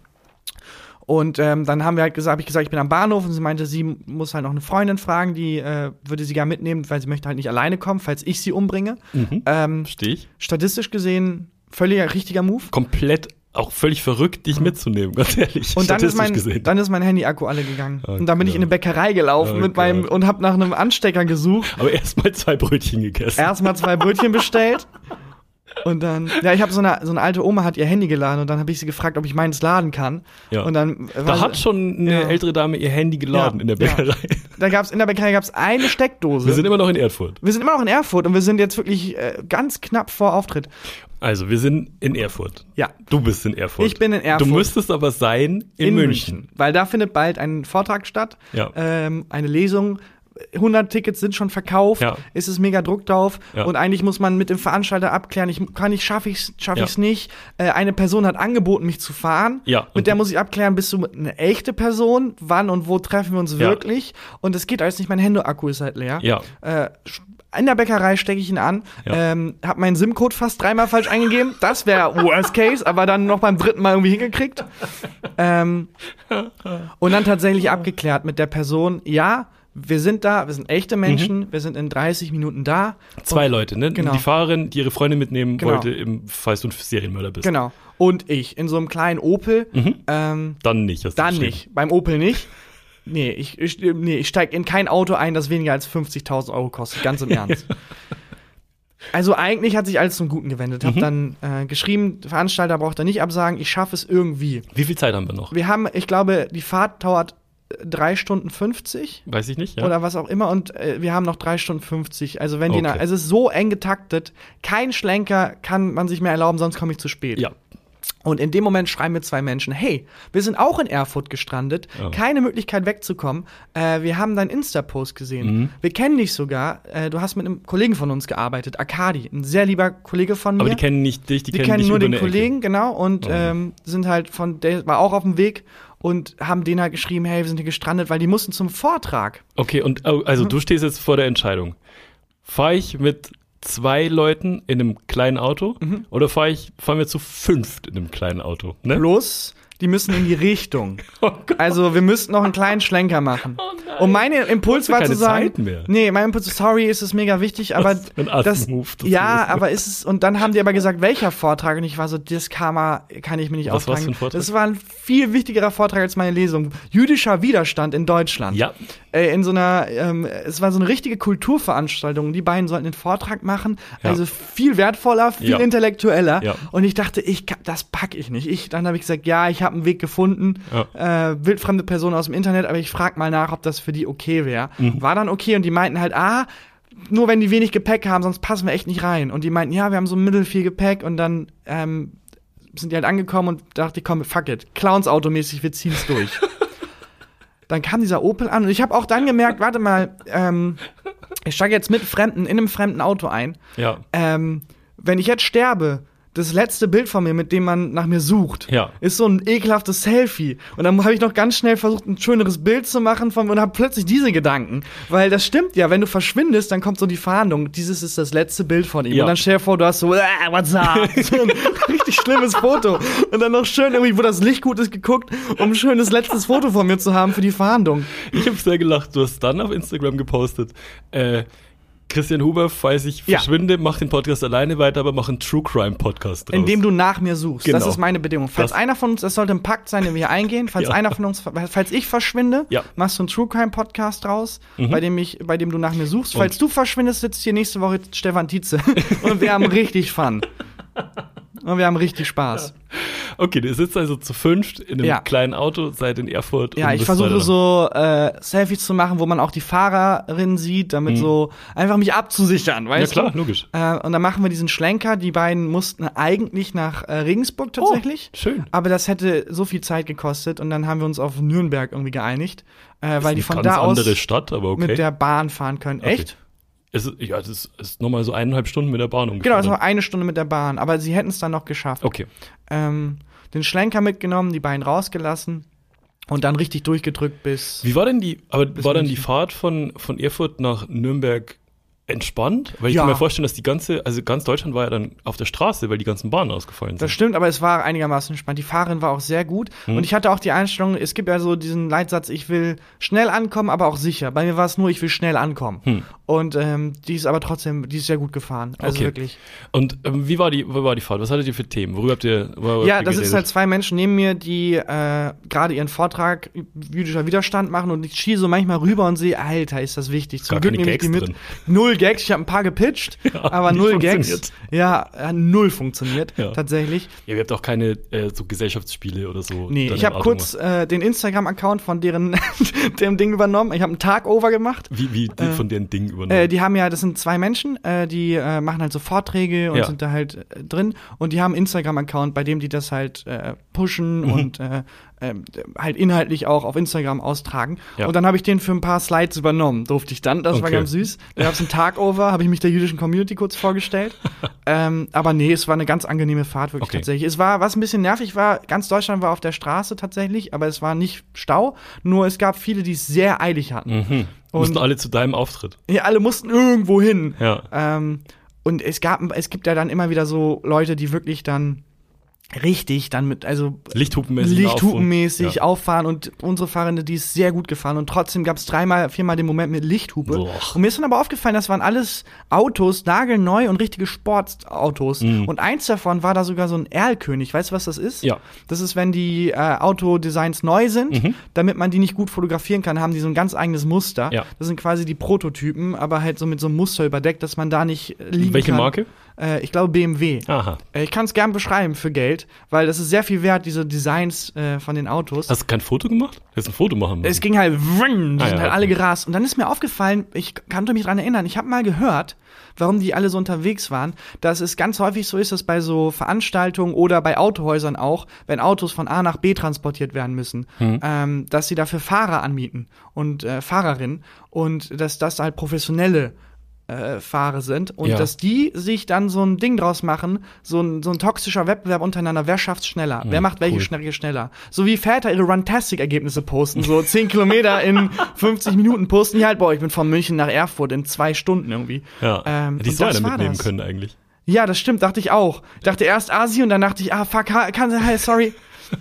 Und ähm, dann haben wir halt gesagt, habe ich gesagt, ich bin am Bahnhof und sie meinte, sie muss halt noch eine Freundin fragen, die äh, würde sie gerne mitnehmen, weil sie möchte halt nicht alleine kommen, falls ich sie umbringe. Mhm. Ähm, Verstehe ich. statistisch gesehen völliger richtiger Move. Komplett auch völlig verrückt, dich mitzunehmen, ganz ehrlich. Und dann ist, statistisch mein, gesehen. dann ist mein Handy-Akku alle gegangen. Oh und dann bin ich Gott. in eine Bäckerei gelaufen Oh mit meinem Gott. und habe nach einem Anstecker gesucht. Aber erstmal zwei Brötchen gegessen. Erstmal zwei Brötchen bestellt. Und dann, ja, ich habe so eine, so eine alte Oma hat ihr Handy geladen und dann habe ich sie gefragt, ob ich meins laden kann. Ja. Und dann Da war- hat schon eine Ja. ältere Dame ihr Handy geladen Ja, in der Bäckerei. Da gab's in der Bäckerei gab's eine Steckdose. Wir sind immer noch in Erfurt. Wir sind immer noch in Erfurt und wir sind jetzt wirklich äh, ganz knapp vor Auftritt. Also, wir sind in Erfurt. Ja. Du bist in Erfurt. Ich bin in Erfurt. Du müsstest aber sein in, München. Weil da findet bald ein Vortrag statt, Ja. ähm, eine Lesung. hundert Tickets sind schon verkauft, Ja. ist es mega Druck drauf Ja. und eigentlich muss man mit dem Veranstalter abklären, ich kann ich, schaffe ich es, schaffe Ja. ich es nicht. Äh, eine Person hat angeboten, mich zu fahren. Ja. Mit Und- der muss ich abklären, bist du eine echte Person? Wann und wo treffen wir uns Ja. wirklich? Und es geht alles nicht, mein Handy-Akku ist halt leer. Ja. Äh, in der Bäckerei stecke ich ihn an, Ja. ähm, hab meinen SIM-Code fast dreimal falsch eingegeben. Das wäre Worst Case, aber dann noch beim dritten Mal irgendwie hingekriegt. Ähm, und dann tatsächlich abgeklärt mit der Person, ja, wir sind da, wir sind echte Menschen, Mhm. wir sind in dreißig Minuten da. Zwei Leute, ne? Genau. Die Fahrerin, die ihre Freundin mitnehmen Genau. wollte, im, falls du ein Serienmörder bist. Genau. Und ich in so einem kleinen Opel. Mhm. Ähm, Dann nicht. Hast du dann geschrieben. nicht. Beim Opel nicht. Nee, ich, ich, nee, ich steige in kein Auto ein, das weniger als fünfzigtausend Euro kostet. Ganz im Ernst. Also eigentlich hat sich alles zum Guten gewendet. Hab Mhm. dann äh, geschrieben, der Veranstalter braucht da nicht absagen, ich schaffe es irgendwie. Wie viel Zeit haben wir noch? Wir haben, ich glaube, die Fahrt dauert äh, drei Stunden fünfzig. Weiß ich nicht, ja. Oder was auch immer und äh, wir haben noch drei Stunden fünfzig. Also wenn die Okay. nach, es ist so eng getaktet, kein Schlenker kann man sich mehr erlauben, sonst komme ich zu spät. Ja. Und in dem Moment schreiben mir zwei Menschen, hey, wir sind auch in Erfurt gestrandet, Oh. keine Möglichkeit wegzukommen. Äh, wir haben deinen Insta-Post gesehen. Mhm. Wir kennen dich sogar. Äh, du hast mit einem Kollegen von uns gearbeitet, Akadi, ein sehr lieber Kollege von mir. Aber die kennen nicht dich, die, Die kennen, kennen dich nur über den eine Ecke. Kollegen, genau, und Oh. ähm, sind halt von, der war auch auf dem Weg und haben denen halt geschrieben, hey, wir sind hier gestrandet, weil die mussten zum Vortrag. Okay, und oh, Mhm. also du stehst jetzt vor der Entscheidung. Fahre ich mit zwei Leuten in einem kleinen Auto Mhm. oder fahre ich fahren wir zu fünft in einem kleinen Auto? Ne? Plus, die müssen in die Richtung. Oh Gott. Also wir müssten noch einen kleinen Schlenker machen. Und mein Impuls Hast du war keine zu sagen, Zeit mehr? nee, mein Impuls, sorry, ist es mega wichtig, aber Was für ein das, Assenmove, das ja, ist. aber ist es, und dann haben die aber gesagt, welcher Vortrag? Und ich war so, das Karma kann ich mir nicht Was war's austragen. für ein Vortrag? Das war ein viel wichtigerer Vortrag als meine Lesung. Jüdischer Widerstand in Deutschland. Ja. Äh, in so einer, ähm, es war so eine richtige Kulturveranstaltung. Die beiden sollten den Vortrag machen. Ja. Also viel wertvoller, viel Ja. intellektueller. Ja. Und ich dachte, ich kann, das pack ich nicht. Ich, dann habe ich gesagt, ja, ich habe einen Weg gefunden. Äh, wildfremde Person aus dem Internet, aber ich frage mal nach, ob das für die okay wäre. Mhm. War dann okay und die meinten halt, ah, nur wenn die wenig Gepäck haben, sonst passen wir echt nicht rein. Und die meinten, ja, wir haben so mittel viel Gepäck und dann ähm, sind die halt angekommen und dachte ich, komm, fuck it, Clowns-Automäßig, wir ziehen's durch. Dann kam dieser Opel an und ich habe auch dann gemerkt, warte mal, ähm, ich steige jetzt mit Fremden in einem fremden Auto ein. Ja. Ähm, wenn ich jetzt sterbe, das letzte Bild von mir, mit dem man nach mir sucht, Ja. ist so ein ekelhaftes Selfie. Und dann habe ich noch ganz schnell versucht, ein schöneres Bild zu machen von, und habe plötzlich diese Gedanken. Weil das stimmt ja, wenn du verschwindest, dann kommt so die Fahndung. Dieses ist das letzte Bild von ihm. Ja. Und dann stell dir vor, du hast so, ah, what's up? So ein richtig schlimmes Foto. Und dann noch schön irgendwie, wo das Licht gut ist, geguckt, um ein schönes letztes Foto von mir zu haben für die Fahndung. Ich habe sehr gelacht. Du hast dann auf Instagram gepostet, äh, Christian Huber, falls ich Ja. verschwinde, mach den Podcast alleine weiter, aber mach einen True Crime Podcast draus. Indem du nach mir suchst. Genau. Das ist meine Bedingung. Falls Das- einer von uns, das sollte ein Pakt sein, den wir hier eingehen, falls Ja. einer von uns, falls ich verschwinde, Ja. machst du einen True Crime Podcast draus, Mhm. bei dem ich, bei dem du nach mir suchst. Falls Und- du verschwindest, sitzt hier nächste Woche Stefan Tietze und wir haben richtig Fun. Und wir haben richtig Spaß. Okay, du sitzt also zu fünft in einem Ja. kleinen Auto, seid in Erfurt. Ja, und ich bist versuche weiter. so äh, Selfies zu machen, wo man auch die Fahrerin sieht, damit so einfach mich abzusichern, Ja weißt klar, du? logisch. Äh, und dann machen wir diesen Schlenker. Die beiden mussten eigentlich nach äh, Regensburg tatsächlich. Oh, schön. Aber das hätte so viel Zeit gekostet und dann haben wir uns auf Nürnberg irgendwie geeinigt, äh, weil die Ist von eine ganz da aus andere Stadt, aber okay. mit der Bahn fahren können. Okay. Echt? Es ist, ja, das ist, es ist nochmal so eineinhalb Stunden mit der Bahn ungefähr. Genau, es war eine Stunde mit der Bahn, aber sie hätten es dann noch geschafft. Okay. Ähm, den Schlenker mitgenommen, die beiden rausgelassen und dann richtig durchgedrückt bis. Wie war denn die, aber Bis war dann die München. Fahrt von, von Erfurt nach Nürnberg entspannt? Weil ich Ja. kann mir vorstellen, dass die ganze, also ganz Deutschland war ja dann auf der Straße, weil die ganzen Bahnen ausgefallen sind. Das stimmt, aber es war einigermaßen entspannt. Die Fahrerin war auch sehr gut. Hm. Und ich hatte auch die Einstellung, es gibt ja so diesen Leitsatz, ich will schnell ankommen, aber auch sicher. Bei mir war es nur, ich will schnell ankommen. Hm. Und ähm, die ist aber trotzdem, die ist sehr gut gefahren. Also Okay. wirklich. Und ähm, wie war die, wie war die Fahrt? Was hattet ihr für Themen? Worüber habt ihr, worüber habt Ja, ihr das ist geredet? halt zwei Menschen neben mir, die äh, gerade ihren Vortrag jüdischer Widerstand machen und ich schieße so manchmal rüber und sehe, Alter, ist das wichtig. Zum Gar Glück keine nehme ich die Gags mit. drin. Null Gags, ich habe ein paar gepitcht, Ja, aber nicht null funktioniert. Gags. Ja, äh, null funktioniert, Ja. tatsächlich. Ja, ihr habt auch keine äh, so Gesellschaftsspiele oder so. Nee, dann ich im habe Auto kurz äh, den Instagram-Account von deren dem Ding übernommen. Ich habe einen Tag-Over gemacht. gemacht. Wie, wie die, äh, von deren Ding übernommen? Äh, die haben ja, das sind zwei Menschen, äh, die äh, machen halt so Vorträge und Ja. sind da halt äh, drin. Und die haben einen Instagram-Account, bei dem die das halt äh, pushen Mhm. und äh, äh, halt inhaltlich auch auf Instagram austragen. Ja. Und dann habe ich den für ein paar Slides übernommen, durfte ich dann. Das war Okay. ganz süß. Da gab es einen Tag-Over, habe ich mich der jüdischen Community kurz vorgestellt. ähm, aber nee, es war eine ganz angenehme Fahrt, wirklich Okay. tatsächlich. Es war, was ein bisschen nervig war, ganz Deutschland war auf der Straße tatsächlich, aber es war nicht Stau. Nur es gab viele, die es sehr eilig hatten. Mhm. Und- Mussten alle zu deinem Auftritt. Ja, alle mussten irgendwo hin. Ja. Ähm, und es gab, es gibt ja dann immer wieder so Leute, die wirklich dann richtig dann mit, also Lichthupenmäßig. Lichthupenmäßig auf und- ja. auffahren und unsere Fahrende, die ist sehr gut gefahren und trotzdem gab es dreimal, viermal den Moment mit Lichthupe. Boah. Und mir ist dann aber aufgefallen, das waren alles Autos, nagelneu und richtige Sportautos. Mhm. Und eins davon war da sogar so ein Erlkönig. Weißt du, was das ist? Ja. Das ist, wenn die äh, Autodesigns neu sind, Mhm. damit man die nicht gut fotografieren kann, haben die so ein ganz eigenes Muster. Ja. Das sind quasi die Prototypen, aber halt so mit so einem Muster überdeckt, dass man da nicht äh, liegen Welche kann. Marke? Äh, ich glaube B M W. Aha. Äh, Ich kann es gern beschreiben für Geld, weil das ist sehr viel wert, diese Designs äh, von den Autos. Hast du kein Foto gemacht? Hättest ein Foto machen müssen. Es ging halt, vrn, die Ah, sind ja, halt okay. alle gerast. Und dann ist mir aufgefallen, ich konnte mich dran erinnern, ich habe mal gehört, warum die alle so unterwegs waren, dass es ganz häufig so ist, dass bei so Veranstaltungen oder bei Autohäusern auch, wenn Autos von A nach B transportiert werden müssen, Mhm. ähm, dass sie dafür Fahrer anmieten und äh, Fahrerinnen und dass das halt professionelle äh, Fahrer sind und Ja. dass die sich dann so ein Ding draus machen, so ein, so ein toxischer Wettbewerb untereinander, wer schafft's schneller, wer macht welche cool. Strecke schneller. So wie Väter ihre Runtastic-Ergebnisse posten, so zehn Kilometer in fünfzig Minuten posten die halt, boah, ich bin von München nach Erfurt in zwei Stunden irgendwie. ja. Ähm, die und sollen das ja war mitnehmen das. können eigentlich. Ja, das stimmt, dachte ich auch. Ich dachte erst Asi und dann dachte ich, ah, fuck, ha- kann, hey, sorry.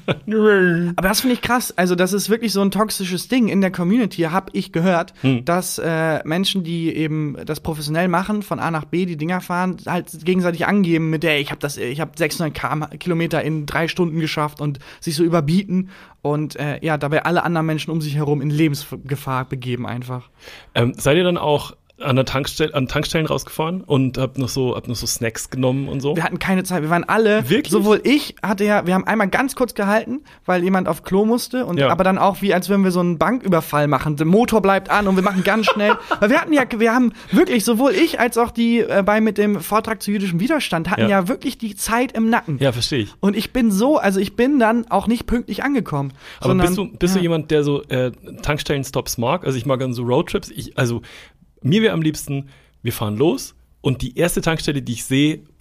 Aber das finde ich krass. Also, das ist wirklich so ein toxisches Ding. In der Community habe ich gehört, Hm. dass äh, Menschen, die eben das professionell machen, von A nach B die Dinger fahren, halt gegenseitig angeben mit der, ich habe das, ich habe sechshundert Kilometer in drei Stunden geschafft und sich so überbieten und äh, ja, dabei alle anderen Menschen um sich herum in Lebensgefahr begeben einfach. Ähm, seid ihr dann auch an der Tankstelle, an Tankstellen rausgefahren und habt noch so, habt noch so Snacks genommen und so? Wir hatten keine Zeit, wir waren alle, Wirklich? sowohl ich hatte ja, wir haben einmal ganz kurz gehalten, weil jemand auf Klo musste und Ja. aber dann auch wie als würden wir so einen Banküberfall machen. Der Motor bleibt an und wir machen ganz schnell, weil wir hatten ja, wir haben wirklich, sowohl ich als auch die äh, bei mit dem Vortrag zu jüdischem Widerstand hatten ja, Ja. wirklich die Zeit im Nacken. Ja, verstehe ich. Und ich bin so, also ich bin dann auch nicht pünktlich angekommen. Aber sondern, bist du, bist ja. du jemand, der so äh, Tankstellen-Stops mag? Also ich mag dann so Roadtrips. Ich, also mir wäre am liebsten, wir fahren los und die erste Tankstelle, die ich sehe,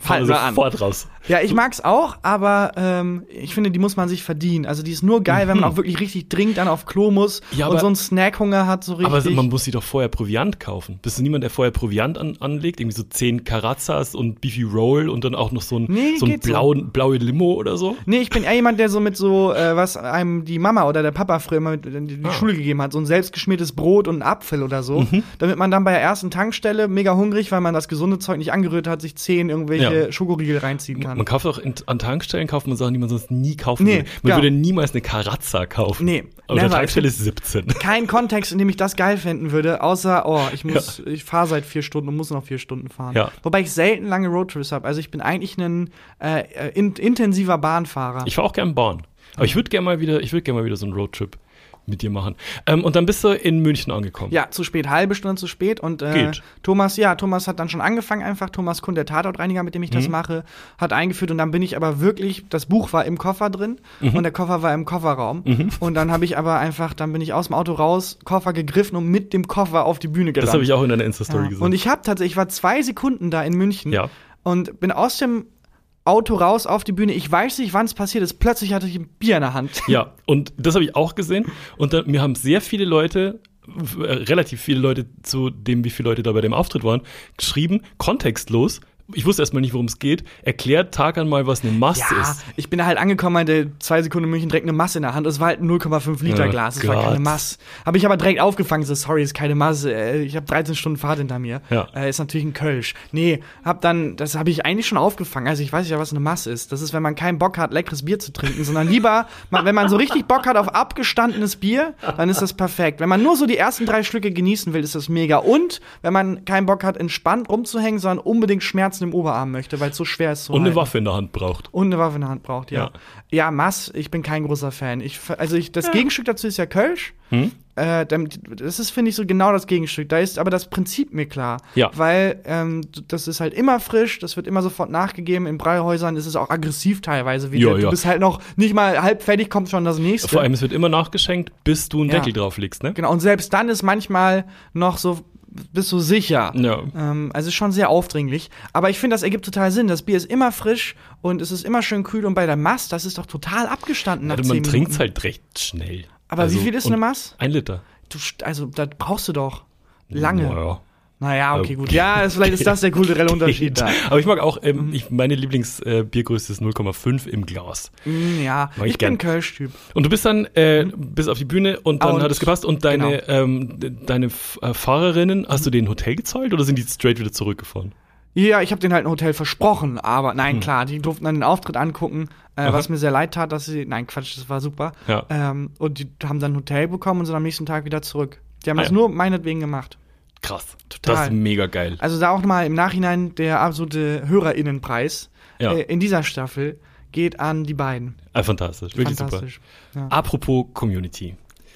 Fallen wir an. Sofort raus. Ja, ich mag's auch, aber ähm, ich finde, die muss man sich verdienen. Also die ist nur geil, mhm. wenn man auch wirklich richtig dringend dann auf Klo muss ja, und so einen Snackhunger hat, so richtig. Aber man muss sie doch vorher Proviant kaufen. Bist du niemand, der vorher Proviant an, anlegt? Irgendwie so zehn Carazzas und Beefy Roll und dann auch noch so ein, nee, so ein blauen, so. blaue Limo oder so? Nee, ich bin eher jemand, der so mit so, äh, was einem die Mama oder der Papa früher immer mit in die ah. Schule gegeben hat, so ein selbstgeschmiertes Brot und einen Apfel oder so, mhm. damit man dann bei der ersten Tankstelle mega hungrig, weil man das gesunde Zeug nicht angerührt hat, sich zehn irgendwelche ja. Schokoriegel reinziehen kann. Man kauft auch in, an Tankstellen kauft man Sachen, die man sonst nie kaufen nee, würde. Man ja. würde niemals eine Carazza kaufen. Nee. Aber der Tankstelle ist siebzehn. Kein Kontext, in dem ich das geil finden würde, außer, oh, ich muss, ja. ich fahre seit vier Stunden und muss noch vier Stunden fahren. Ja. Wobei ich selten lange Roadtrips habe. Also ich bin eigentlich ein äh, in, intensiver Bahnfahrer. Ich fahre auch gern Bahn. Aber ich würde gerne mal wieder, ich würde gerne mal wieder so einen Roadtrip mit dir machen. Ähm, und dann bist du in München angekommen. Ja, zu spät, halbe Stunde zu spät. Und äh, Geht. Thomas, ja, Thomas hat dann schon angefangen einfach. Thomas Kund, der Tatortreiniger, mit dem ich das mhm. mache, hat eingeführt. Und dann bin ich aber wirklich, das Buch war im Koffer drin mhm. und der Koffer war im Kofferraum. Mhm. Und dann habe ich aber einfach, dann bin ich aus dem Auto raus, Koffer gegriffen und mit dem Koffer auf die Bühne gerannt. Das habe ich auch in deiner Insta-Story ja. gesehen. Und ich habe tatsächlich, ich war zwei Sekunden da in München ja. und bin aus dem Auto raus auf die Bühne. Ich weiß nicht, wann es passiert ist. Plötzlich hatte ich ein Bier in der Hand. Ja, und das habe ich auch gesehen. Und dann, mir haben sehr viele Leute, äh, relativ viele Leute zu dem, wie viele Leute da bei dem Auftritt waren, geschrieben, kontextlos. Ich wusste erstmal nicht, worum es geht. Erklärt Tarkan mal, was eine Masse ja, ist. Ich bin da halt angekommen, hatte zwei Sekunden in München direkt eine Masse in der Hand. Es war halt ein null Komma fünf Liter oh Glas. Es Gott. war keine Masse. Habe ich aber direkt aufgefangen. So, sorry, ist keine Masse. Ich habe dreizehn Stunden Fahrt hinter mir. Ja. Äh, ist natürlich ein Kölsch. Nee, hab dann, das habe ich eigentlich schon aufgefangen. Also ich weiß ja, was eine Masse ist. Das ist, wenn man keinen Bock hat, leckeres Bier zu trinken, sondern lieber, wenn man so richtig Bock hat auf abgestandenes Bier, dann ist das perfekt. Wenn man nur so die ersten drei Schlücke genießen will, ist das mega. Und wenn man keinen Bock hat, entspannt rumzuhängen, sondern unbedingt Schmerzen im Oberarm möchte, weil es so schwer ist zu Und eine halten. Waffe in der Hand braucht. Und eine Waffe in der Hand braucht, ja. Ja, ja Mass, ich bin kein großer Fan. Ich, also ich, das ja. Gegenstück dazu ist ja Kölsch. Hm? Äh, das ist, finde ich, so genau das Gegenstück. Da ist aber das Prinzip mir klar. Ja. Weil ähm, das ist halt immer frisch, das wird immer sofort nachgegeben. In Breihäusern ist es auch aggressiv teilweise. Wie ja, du ja. bist halt noch nicht mal halb fertig, kommt schon das nächste. Vor allem, es wird immer nachgeschenkt, bis du einen ja. Deckel drauflegst, ne? Genau, und selbst dann ist manchmal noch so, bist du sicher. Ja. Ähm, also schon sehr aufdringlich. Aber ich finde, das ergibt total Sinn. Das Bier ist immer frisch und es ist immer schön kühl. Und bei der Mass, das ist doch total abgestanden nach Also zehn man trinkt Minuten. halt recht schnell. Aber also, wie viel ist eine Mass? Ein Liter. Du, also, das brauchst du doch lange. Naja. Naja, okay, gut. Ja, ist, vielleicht ist das der kulturelle Unterschied da. Aber ich mag auch, ähm, ich, meine Lieblingsbiergröße ist null Komma fünf im Glas. Mm, ja, Mag ich ich gern. bin Kölsch-Typ. Und du bist dann, äh, bist auf die Bühne und dann Und- hat es gepasst. Und deine, genau. ähm, de- deine F- äh, Fahrerinnen, hast du denen ein Hotel gezahlt oder sind die straight wieder zurückgefahren? Ja, ich habe denen halt ein Hotel versprochen, aber nein, Hm. klar, die durften dann den Auftritt angucken, äh, Aha. was mir sehr leid tat, dass sie, nein, Quatsch, das war super. Ja. Ähm, und die haben dann ein Hotel bekommen und sind am nächsten Tag wieder zurück. Die haben Ah, das ja. nur meinetwegen gemacht. Krass. Total. Das ist mega geil. Also da auch mal im Nachhinein der absolute HörerInnenpreis Ja. äh, in dieser Staffel geht an die beiden. Ah, fantastisch. Wirklich Fantastisch. Ja. super. Apropos Community.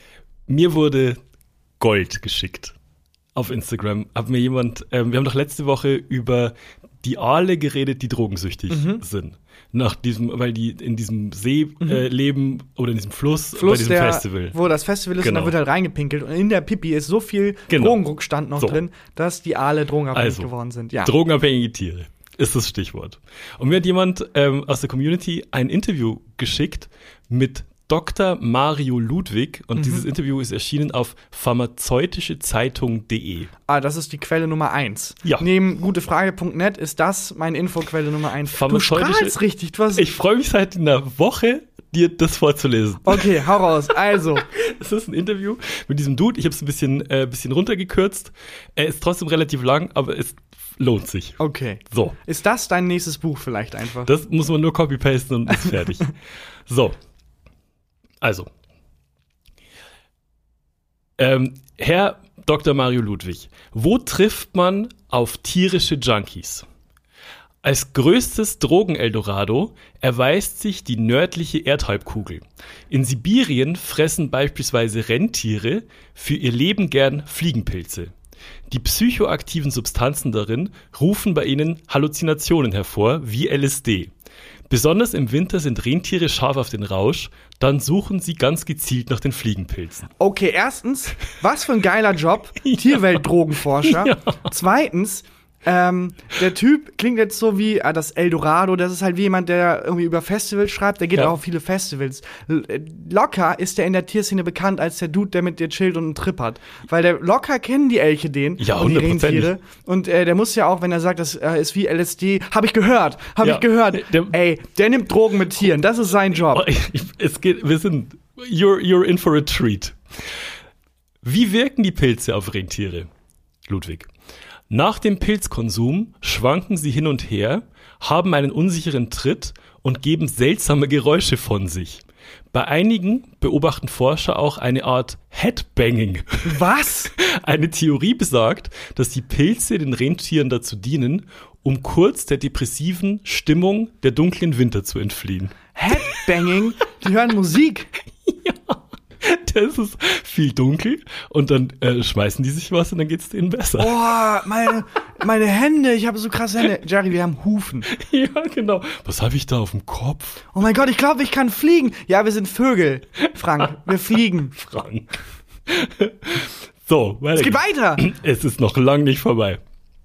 Mir wurde Gold geschickt auf Instagram. Hat mir jemand, ähm, wir haben doch letzte Woche über die Aale geredet, die drogensüchtig Mhm. sind. Nach diesem, weil die in diesem See Mhm. äh, leben oder in diesem Fluss, bei Fluss, diesem der, Festival. wo das Festival ist, Genau. und da wird halt reingepinkelt. Und in der Pipi ist so viel Genau. Drogenrückstand noch So. drin, dass die Aale drogenabhängig Also, geworden sind. Ja. Drogenabhängige Tiere ist das Stichwort. Und mir hat jemand ähm, aus der Community ein Interview geschickt mit Doktor Mario Ludwig und Mhm. dieses Interview ist erschienen auf pharmazeutische Zeitung punkt de. Ah, das ist die Quelle Nummer eins. Ja. Neben gutefrage punkt net ist das meine Infoquelle Nummer eins. Du Pharmazeutische- strahlst richtig. Du hast Ich freue mich seit einer Woche, dir das vorzulesen. okay, hau raus. Also, Es ist ein Interview mit diesem Dude. Ich habe es ein bisschen, äh, bisschen runtergekürzt. Er ist trotzdem relativ lang, aber es lohnt sich. okay. So, Ist das dein nächstes Buch vielleicht einfach? das muss man nur copy-pasten und ist fertig. So, also. Ähm, Herr Doktor Mario Ludwig, wo trifft man auf tierische Junkies? Als größtes Drogen-Eldorado erweist sich die nördliche Erdhalbkugel. In Sibirien fressen beispielsweise Rentiere für ihr Leben gern Fliegenpilze. Die psychoaktiven Substanzen darin rufen bei ihnen Halluzinationen hervor, wie L S D. Besonders im Winter sind Rentiere scharf auf den Rausch, dann suchen sie ganz gezielt nach den Fliegenpilzen. Okay, erstens, was für ein geiler Job, Tierweltdrogenforscher. Ja. Zweitens, Ähm, der Typ klingt jetzt so wie ah, das Eldorado, das ist halt wie jemand, der irgendwie über Festivals schreibt, der geht Ja. auch auf viele Festivals. L- locker ist der in der Tierszene bekannt als der Dude, der mit dir chillt und einen Trip hat. Weil der locker kennen die Elche den Ja, und die hundertprozentig. Rentiere. Und äh, der muss ja auch, wenn er sagt, das äh, ist wie L S D, hab ich gehört, hab Ja, ich gehört. der- Ey, der nimmt Drogen mit Tieren, das ist sein Job. Oh, ich, es geht, wir sind, you're, you're in for a treat. Wie wirken die Pilze auf Rentiere? Ludwig. Nach dem Pilzkonsum schwanken sie hin und her, haben einen unsicheren Tritt und geben seltsame Geräusche von sich. Bei einigen beobachten Forscher auch eine Art Headbanging. Was? Eine Theorie besagt, dass die Pilze den Rentieren dazu dienen, um kurz der depressiven Stimmung der dunklen Winter zu entfliehen. Headbanging? Die hören Musik. Das ist viel dunkel und dann äh, schmeißen die sich was und dann geht's denen besser. Boah, meine, meine Hände, ich habe so krasse Hände. Jerry, wir haben Hufen. Ja, genau. Was habe ich da auf dem Kopf, Oh mein Gott, ich glaube, ich kann fliegen. Ja, wir sind Vögel, Frank. Wir fliegen. Frank? So, weiter Es geht geht's. weiter. Es ist noch lang nicht vorbei.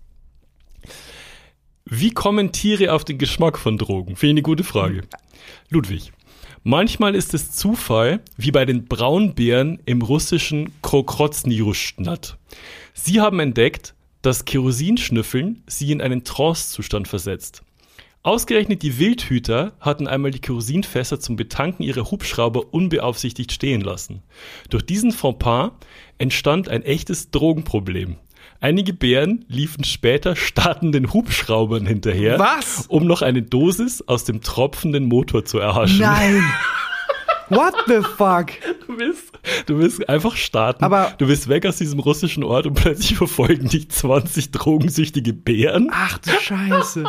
Wie kommen Tiere auf den Geschmack von Drogen? Finde ich eine gute Frage. Ludwig. Manchmal ist es Zufall, wie bei den Braunbären im russischen Krokrozniruschtnat. Sie haben entdeckt, dass Kerosinschnüffeln sie in einen Trancezustand versetzt. Ausgerechnet die Wildhüter hatten einmal die Kerosinfässer zum Betanken ihrer Hubschrauber unbeaufsichtigt stehen lassen. Durch diesen Fauxpas entstand ein echtes Drogenproblem. Einige Bären liefen später startenden Hubschraubern hinterher, Was? um noch eine Dosis aus dem tropfenden Motor zu erhaschen. Nein. What the fuck? Du willst, du willst einfach starten, Aber- du willst weg aus diesem russischen Ort und plötzlich verfolgen dich zwanzig drogensüchtige Bären. Ach du Scheiße.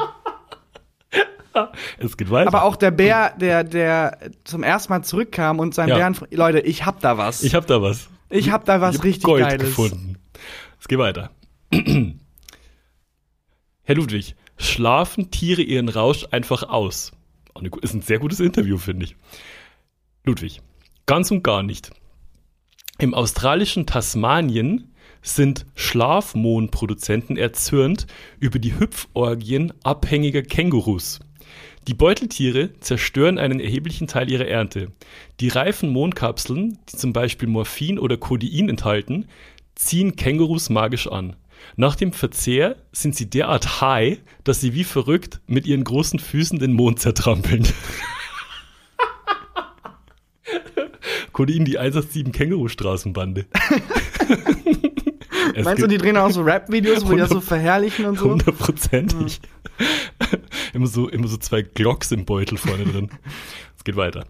Es geht weiter. Aber auch der Bär, der, der zum ersten Mal zurückkam und sein Ja. Bären... Leute, ich hab da was. ich hab da was. Ich hab da was Ich hab richtig Gold Geiles. gefunden. Es geht weiter. Herr Ludwig, schlafen Tiere ihren Rausch einfach aus? Auch eine gu- Ist ein sehr gutes Interview, finde ich. Ludwig, ganz und gar nicht. Im australischen Tasmanien sind Schlafmohnproduzenten erzürnt über die Hüpforgien abhängiger Kängurus. Die Beuteltiere zerstören einen erheblichen Teil ihrer Ernte. Die reifen Mohnkapseln, die zum Beispiel Morphin oder Codein enthalten, ziehen Kängurus magisch an. Nach dem Verzehr sind sie derart high, dass sie wie verrückt mit ihren großen Füßen den Mond zertrampeln. Codein, die hundertsieben Känguru-Straßenbande. Es Meinst du, gibt- die drehen auch so Rap-Videos, wo die das so hundert- verherrlichen und so? Hundertprozentig. immer, so, immer so zwei Glocks im Beutel vorne drin. Es geht weiter.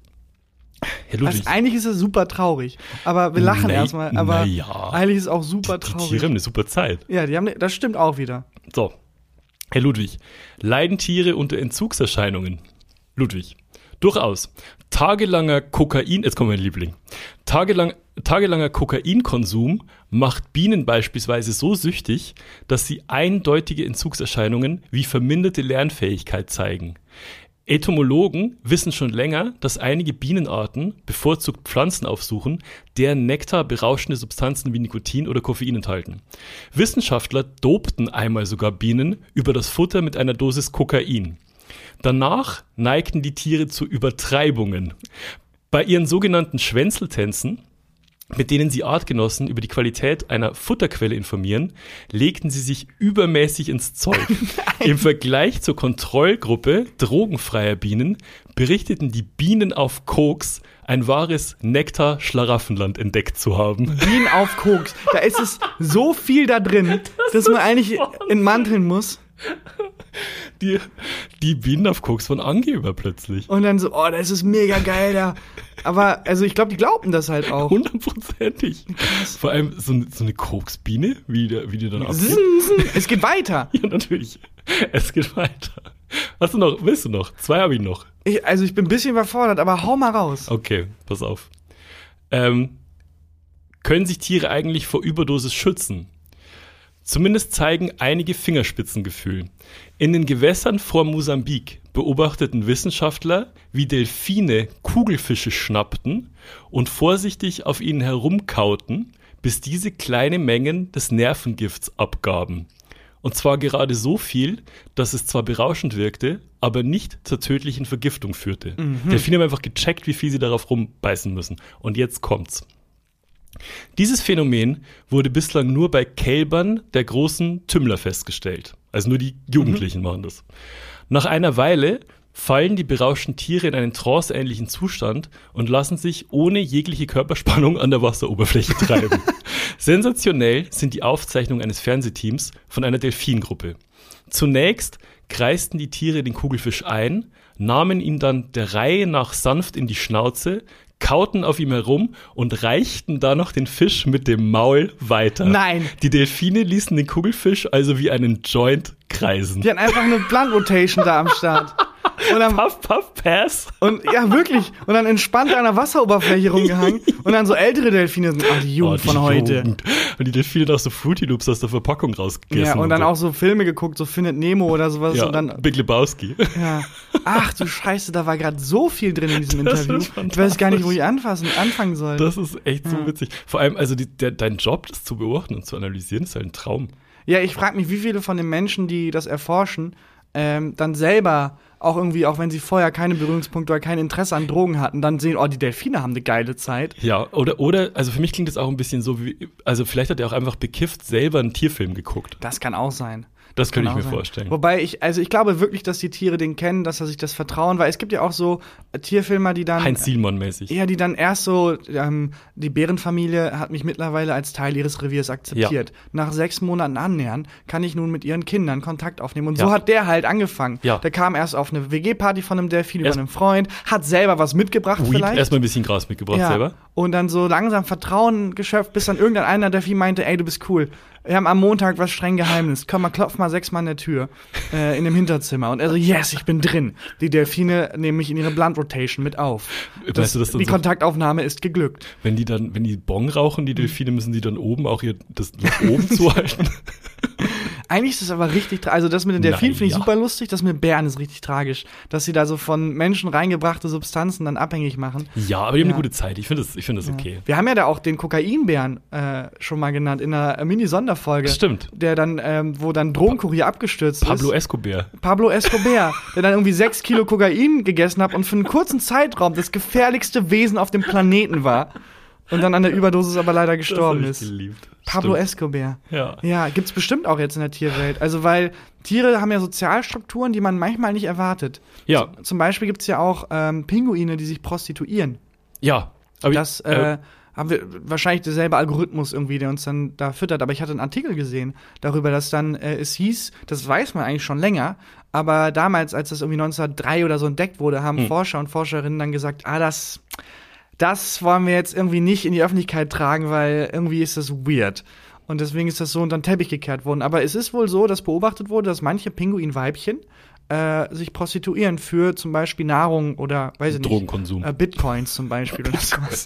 Herr Ludwig, Also eigentlich ist es super traurig. Aber wir lachen Nee, erstmal. Aber na ja. eigentlich ist es auch super die, die traurig. Tiere haben eine super Zeit. Ja, die haben, ne- das stimmt auch wieder. So, Herr Ludwig, leiden Tiere unter Entzugserscheinungen? Ludwig, durchaus. Tagelanger Kokain, jetzt kommt mein Liebling. Tagelang, tagelanger Kokainkonsum macht Bienen beispielsweise so süchtig, dass sie eindeutige Entzugserscheinungen wie verminderte Lernfähigkeit zeigen. Entomologen wissen schon länger, dass einige Bienenarten bevorzugt Pflanzen aufsuchen, deren Nektar berauschende Substanzen wie Nikotin oder Koffein enthalten. Wissenschaftler dopten einmal sogar Bienen über das Futter mit einer Dosis Kokain. Danach neigten die Tiere zu Übertreibungen. Bei ihren sogenannten Schwänzeltänzen, mit denen sie Artgenossen über die Qualität einer Futterquelle informieren, legten sie sich übermäßig ins Zeug. Im Vergleich zur Kontrollgruppe drogenfreier Bienen berichteten die Bienen auf Koks ein wahres Nektar-Schlaraffenland entdeckt zu haben. Bienen auf Koks. Da ist es so viel da drin, dass man eigentlich entmanteln muss. Die, die Bienen auf Koks waren Angeber plötzlich. Und dann so, oh, das ist mega geil da. Aber, also ich glaube, die glaubten das halt auch. Hundertprozentig. Vor allem so, eine- so eine Koksbiene, wie die, wie die dann abgeht. Es geht weiter. Ja, natürlich. Es geht weiter. Hast du noch, willst du noch? Zwei habe ich noch. Ich, also ich bin ein bisschen überfordert, aber hau mal raus. Okay, pass auf. Ähm, können sich Tiere eigentlich vor Überdosis schützen? Zumindest zeigen einige Fingerspitzengefühl. In den Gewässern vor Mosambik beobachteten Wissenschaftler, wie Delfine Kugelfische schnappten und vorsichtig auf ihnen herumkauten, bis diese kleine Mengen des Nervengifts abgaben. Und zwar gerade so viel, dass es zwar berauschend wirkte, aber nicht zur tödlichen Vergiftung führte. Mhm. Delfine haben einfach gecheckt, wie viel sie darauf rumbeißen müssen. Und jetzt kommt's. Dieses Phänomen wurde bislang nur bei Kälbern der großen Tümmler festgestellt. Also nur die Jugendlichen mhm. machen das. Nach einer Weile fallen die berauschten Tiere in einen tranceähnlichen Zustand und lassen sich ohne jegliche Körperspannung an der Wasseroberfläche treiben. Sensationell sind die Aufzeichnungen eines Fernsehteams von einer Delfingruppe. Zunächst kreisten die Tiere den Kugelfisch ein, nahmen ihn dann der Reihe nach sanft in die Schnauze, kauten auf ihm herum und reichten da noch den Fisch mit dem Maul weiter. Nein. Die Delfine ließen den Kugelfisch also wie einen Joint kreisen. Die hatten einfach eine Blunt Rotation da am Start. Und dann, puff, puff, pass. Und ja, wirklich. Und dann entspannt an der Wasseroberfläche rumgehangen. Und dann so ältere Delfine sind, ach, die Jugend oh, die von heute. Jugend. Und die Delfine noch so Fruity Loops aus der Verpackung rausgegessen. Ja, und, und dann so. auch so Filme geguckt, so Findet Nemo oder sowas. Ja, und dann, Big Lebowski. Ja. Ach du Scheiße, da war gerade so viel drin in diesem das Interview. Ich weiß gar nicht, wo ich anfassen, anfangen soll. Das ist echt so ja. witzig. Vor allem, also die, der, dein Job, das zu beobachten und zu analysieren, ist halt ein Traum. Ja, ich frage mich, wie viele von den Menschen, die das erforschen, ähm, dann selber auch irgendwie, auch wenn sie vorher keine Berührungspunkte oder kein Interesse an Drogen hatten, dann sehen, oh, die Delfine haben eine geile Zeit. Ja, oder, oder, also für mich klingt das auch ein bisschen so wie, also vielleicht hat er auch einfach bekifft selber einen Tierfilm geguckt. Das kann auch sein. Das könnte ich mir sein. vorstellen. Wobei ich, also ich glaube wirklich, dass die Tiere den kennen, dass er sich das vertrauen, weil es gibt ja auch so äh, Tierfilmer, die dann Heinz Sielmann-mäßig. Ja, die dann erst so, ähm, die Bärenfamilie hat mich mittlerweile als Teil ihres Reviers akzeptiert. Ja. Nach sechs Monaten Annähern kann ich nun mit ihren Kindern Kontakt aufnehmen. Und ja. so hat der halt angefangen. Ja. Der kam erst auf eine W G-Party von einem Delfin erst über einen Freund, hat selber was mitgebracht Weed, vielleicht. Erstmal ein bisschen Gras mitgebracht ja. selber. Und dann so langsam Vertrauen geschöpft, bis dann irgendein einer Delfin meinte, ey, du bist cool. Wir haben am Montag was streng Geheimnis. Komm mal, klopf mal sechsmal an der Tür äh, in dem Hinterzimmer. Und er so, yes, ich bin drin. Die Delfine nehmen mich in ihre Blunt Rotation mit auf. Das, weißt du, das die so Kontaktaufnahme ist geglückt. Wenn die dann, wenn die Bong rauchen, die Delfine, müssen die dann oben auch ihr das nach oben zuhalten. Eigentlich ist das aber richtig tragisch. Also das mit den Delfinen finde ich ja. super lustig, das mit den Bären ist richtig tragisch. Dass sie da so von Menschen reingebrachte Substanzen dann abhängig machen. Ja, aber die haben ja. eine gute Zeit. Ich finde das, ich find das ja. okay. Wir haben ja da auch den Kokainbären äh, schon mal genannt in einer Mini-Sonderfolge. Stimmt. Der dann, ähm, wo dann Drogenkurier abgestürzt Pablo ist. Pablo Escobar. Pablo Escobar, der dann irgendwie sechs Kilo Kokain gegessen hat und für einen kurzen Zeitraum das gefährlichste Wesen auf dem Planeten war. Und dann an der Überdosis aber leider gestorben das hab ich ist. Geliebt. Pablo Stimmt. Escobar. Ja. Ja, gibt's bestimmt auch jetzt in der Tierwelt. Also, weil Tiere haben ja Sozialstrukturen, die man manchmal nicht erwartet. Ja. Z- zum Beispiel gibt's ja auch ähm, Pinguine, die sich prostituieren. Ja. Aber das ich, äh, äh, haben wir wahrscheinlich derselbe Algorithmus irgendwie, der uns dann da füttert. Aber ich hatte einen Artikel gesehen darüber, dass dann äh, es hieß, das weiß man eigentlich schon länger, aber damals, als das irgendwie neunzehnhundertdrei oder so entdeckt wurde, haben hm. Forscher und Forscherinnen dann gesagt, ah, das Das wollen wir jetzt irgendwie nicht in die Öffentlichkeit tragen, weil irgendwie ist das weird. Und deswegen ist das so unter den Teppich gekehrt worden. Aber es ist wohl so, dass beobachtet wurde, dass manche Pinguinweibchen äh, sich prostituieren für zum Beispiel Nahrung oder, weiß ich nicht, Drogenkonsum. Äh, Bitcoins zum Beispiel oder sowas.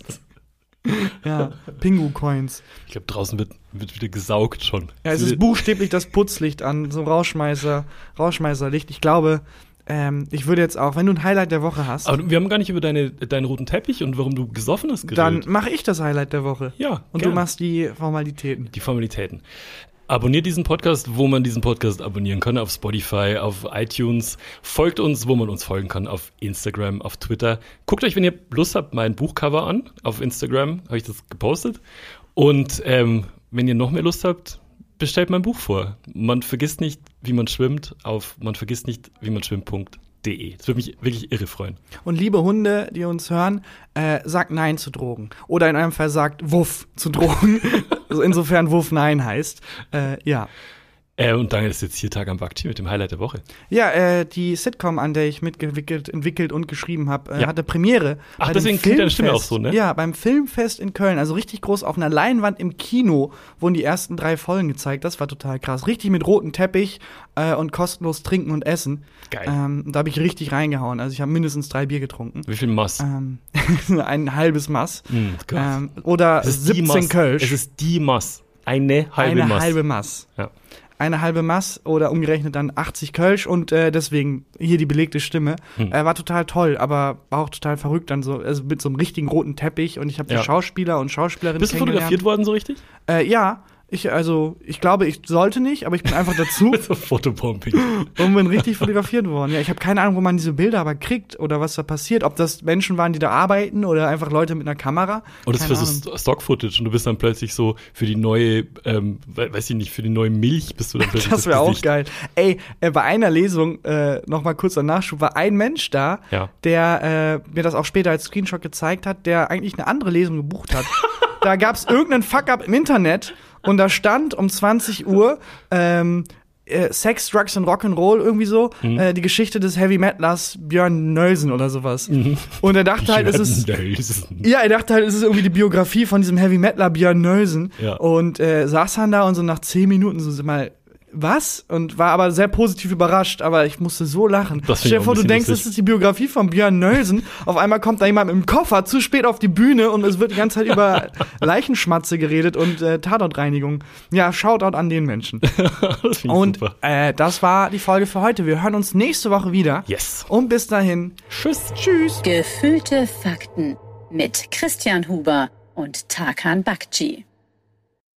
Ja, Pingu-Coins. Ich glaube, draußen wird, wird wieder gesaugt schon. Ja, es ist buchstäblich das Putzlicht an, so Rauschmeißer, Rauschmeißerlicht. Ich glaube, Ähm, ich würde jetzt auch, wenn du ein Highlight der Woche hast. Aber wir haben gar nicht über deine, deinen roten Teppich und warum du gesoffen hast geredet. Dann mache ich das Highlight der Woche. Ja, Und gern. du machst die Formalitäten. Die Formalitäten. Abonniert diesen Podcast, wo man diesen Podcast abonnieren kann, auf Spotify, auf iTunes. Folgt uns, wo man uns folgen kann, auf Instagram, auf Twitter. Guckt euch, wenn ihr Lust habt, mein Buchcover an. Auf Instagram habe ich das gepostet. Und ähm, wenn ihr noch mehr Lust habt, bestellt mein Buch vor. Man vergisst nicht, wie man schwimmt, auf man vergisst nicht, wie man schwimmt punkt de. Das würde mich wirklich irre freuen. Und liebe Hunde, die uns hören, äh, sagt Nein zu Drogen. Oder in einem Fall sagt Wuff zu Drogen. Also insofern Wuff Nein heißt. Äh, ja. Äh, und dann ist jetzt hier Tag am Bakti mit dem Highlight der Woche. Ja, äh, die Sitcom, an der ich mitgewickelt, entwickelt und geschrieben habe, äh, ja. hatte Premiere. Ach, deswegen klingt deine Stimme auch so, ne? Ja, beim Filmfest in Köln. Also richtig groß auf einer Leinwand im Kino wurden die ersten drei Folgen gezeigt. Das war total krass. Richtig mit rotem Teppich äh, und kostenlos trinken und essen. Geil. Ähm, da habe ich richtig reingehauen. Also ich habe mindestens drei Bier getrunken. Wie viel Mass? Ähm, ein halbes Mass. Mm, ähm, oder siebzehn Kölsch. Es ist die Mass. Eine halbe Eine Mass. halbe Mass. Ja. Eine halbe Mass oder umgerechnet dann achtzig Kölsch und äh, deswegen hier die belegte Stimme. Hm. Äh, war total toll, aber war auch total verrückt dann so, also mit so einem richtigen roten Teppich und ich habe ja. die Schauspieler und Schauspielerinnen Bist du fotografiert worden so richtig? Äh, ja, Ich, also, ich glaube, ich sollte nicht, aber ich bin einfach dazu. So Fotobombing. Und bin richtig fotografiert worden. Ja, ich habe keine Ahnung, wo man diese Bilder aber kriegt oder was da passiert. Ob das Menschen waren, die da arbeiten oder einfach Leute mit einer Kamera. Und das ist für so Stock-Footage und du bist dann plötzlich so für die neue, ähm, weiß ich nicht, für die neue Milch bist du dann plötzlich. Das wäre auch geil. Ey, äh, bei einer Lesung, äh, noch mal kurz ein Nachschub, war ein Mensch da, ja. der äh, mir das auch später als Screenshot gezeigt hat, der eigentlich eine andere Lesung gebucht hat. Da gab's irgendeinen Fuck-up im Internet und da stand um zwanzig Uhr ähm, äh, Sex, Drugs und Rock'n'Roll irgendwie so, mhm. äh, die Geschichte des Heavy Metalers Björn Nölsen oder sowas. Mhm. Und er dachte halt, es ist Nölsen. Ja, er dachte halt, es ist irgendwie die Biografie von diesem Heavy Metaler Björn Nölsen. Ja. Und äh, saß dann da und so nach zehn Minuten so mal was? Und war aber sehr positiv überrascht, aber ich musste so lachen. Stell dir vor, du denkst, lustig. Das ist die Biografie von Björn Nölsen. Auf einmal kommt da jemand mit dem Koffer zu spät auf die Bühne und es wird die ganze Zeit über Leichenschmatze geredet und äh, Tatortreinigung. Ja, Shoutout an den Menschen. Das und super. Äh, das war die Folge für heute. Wir hören uns nächste Woche wieder. Yes. Und bis dahin. Tschüss. Tschüss. Gefühlte Fakten mit Christian Huber und Tarkan Bakci.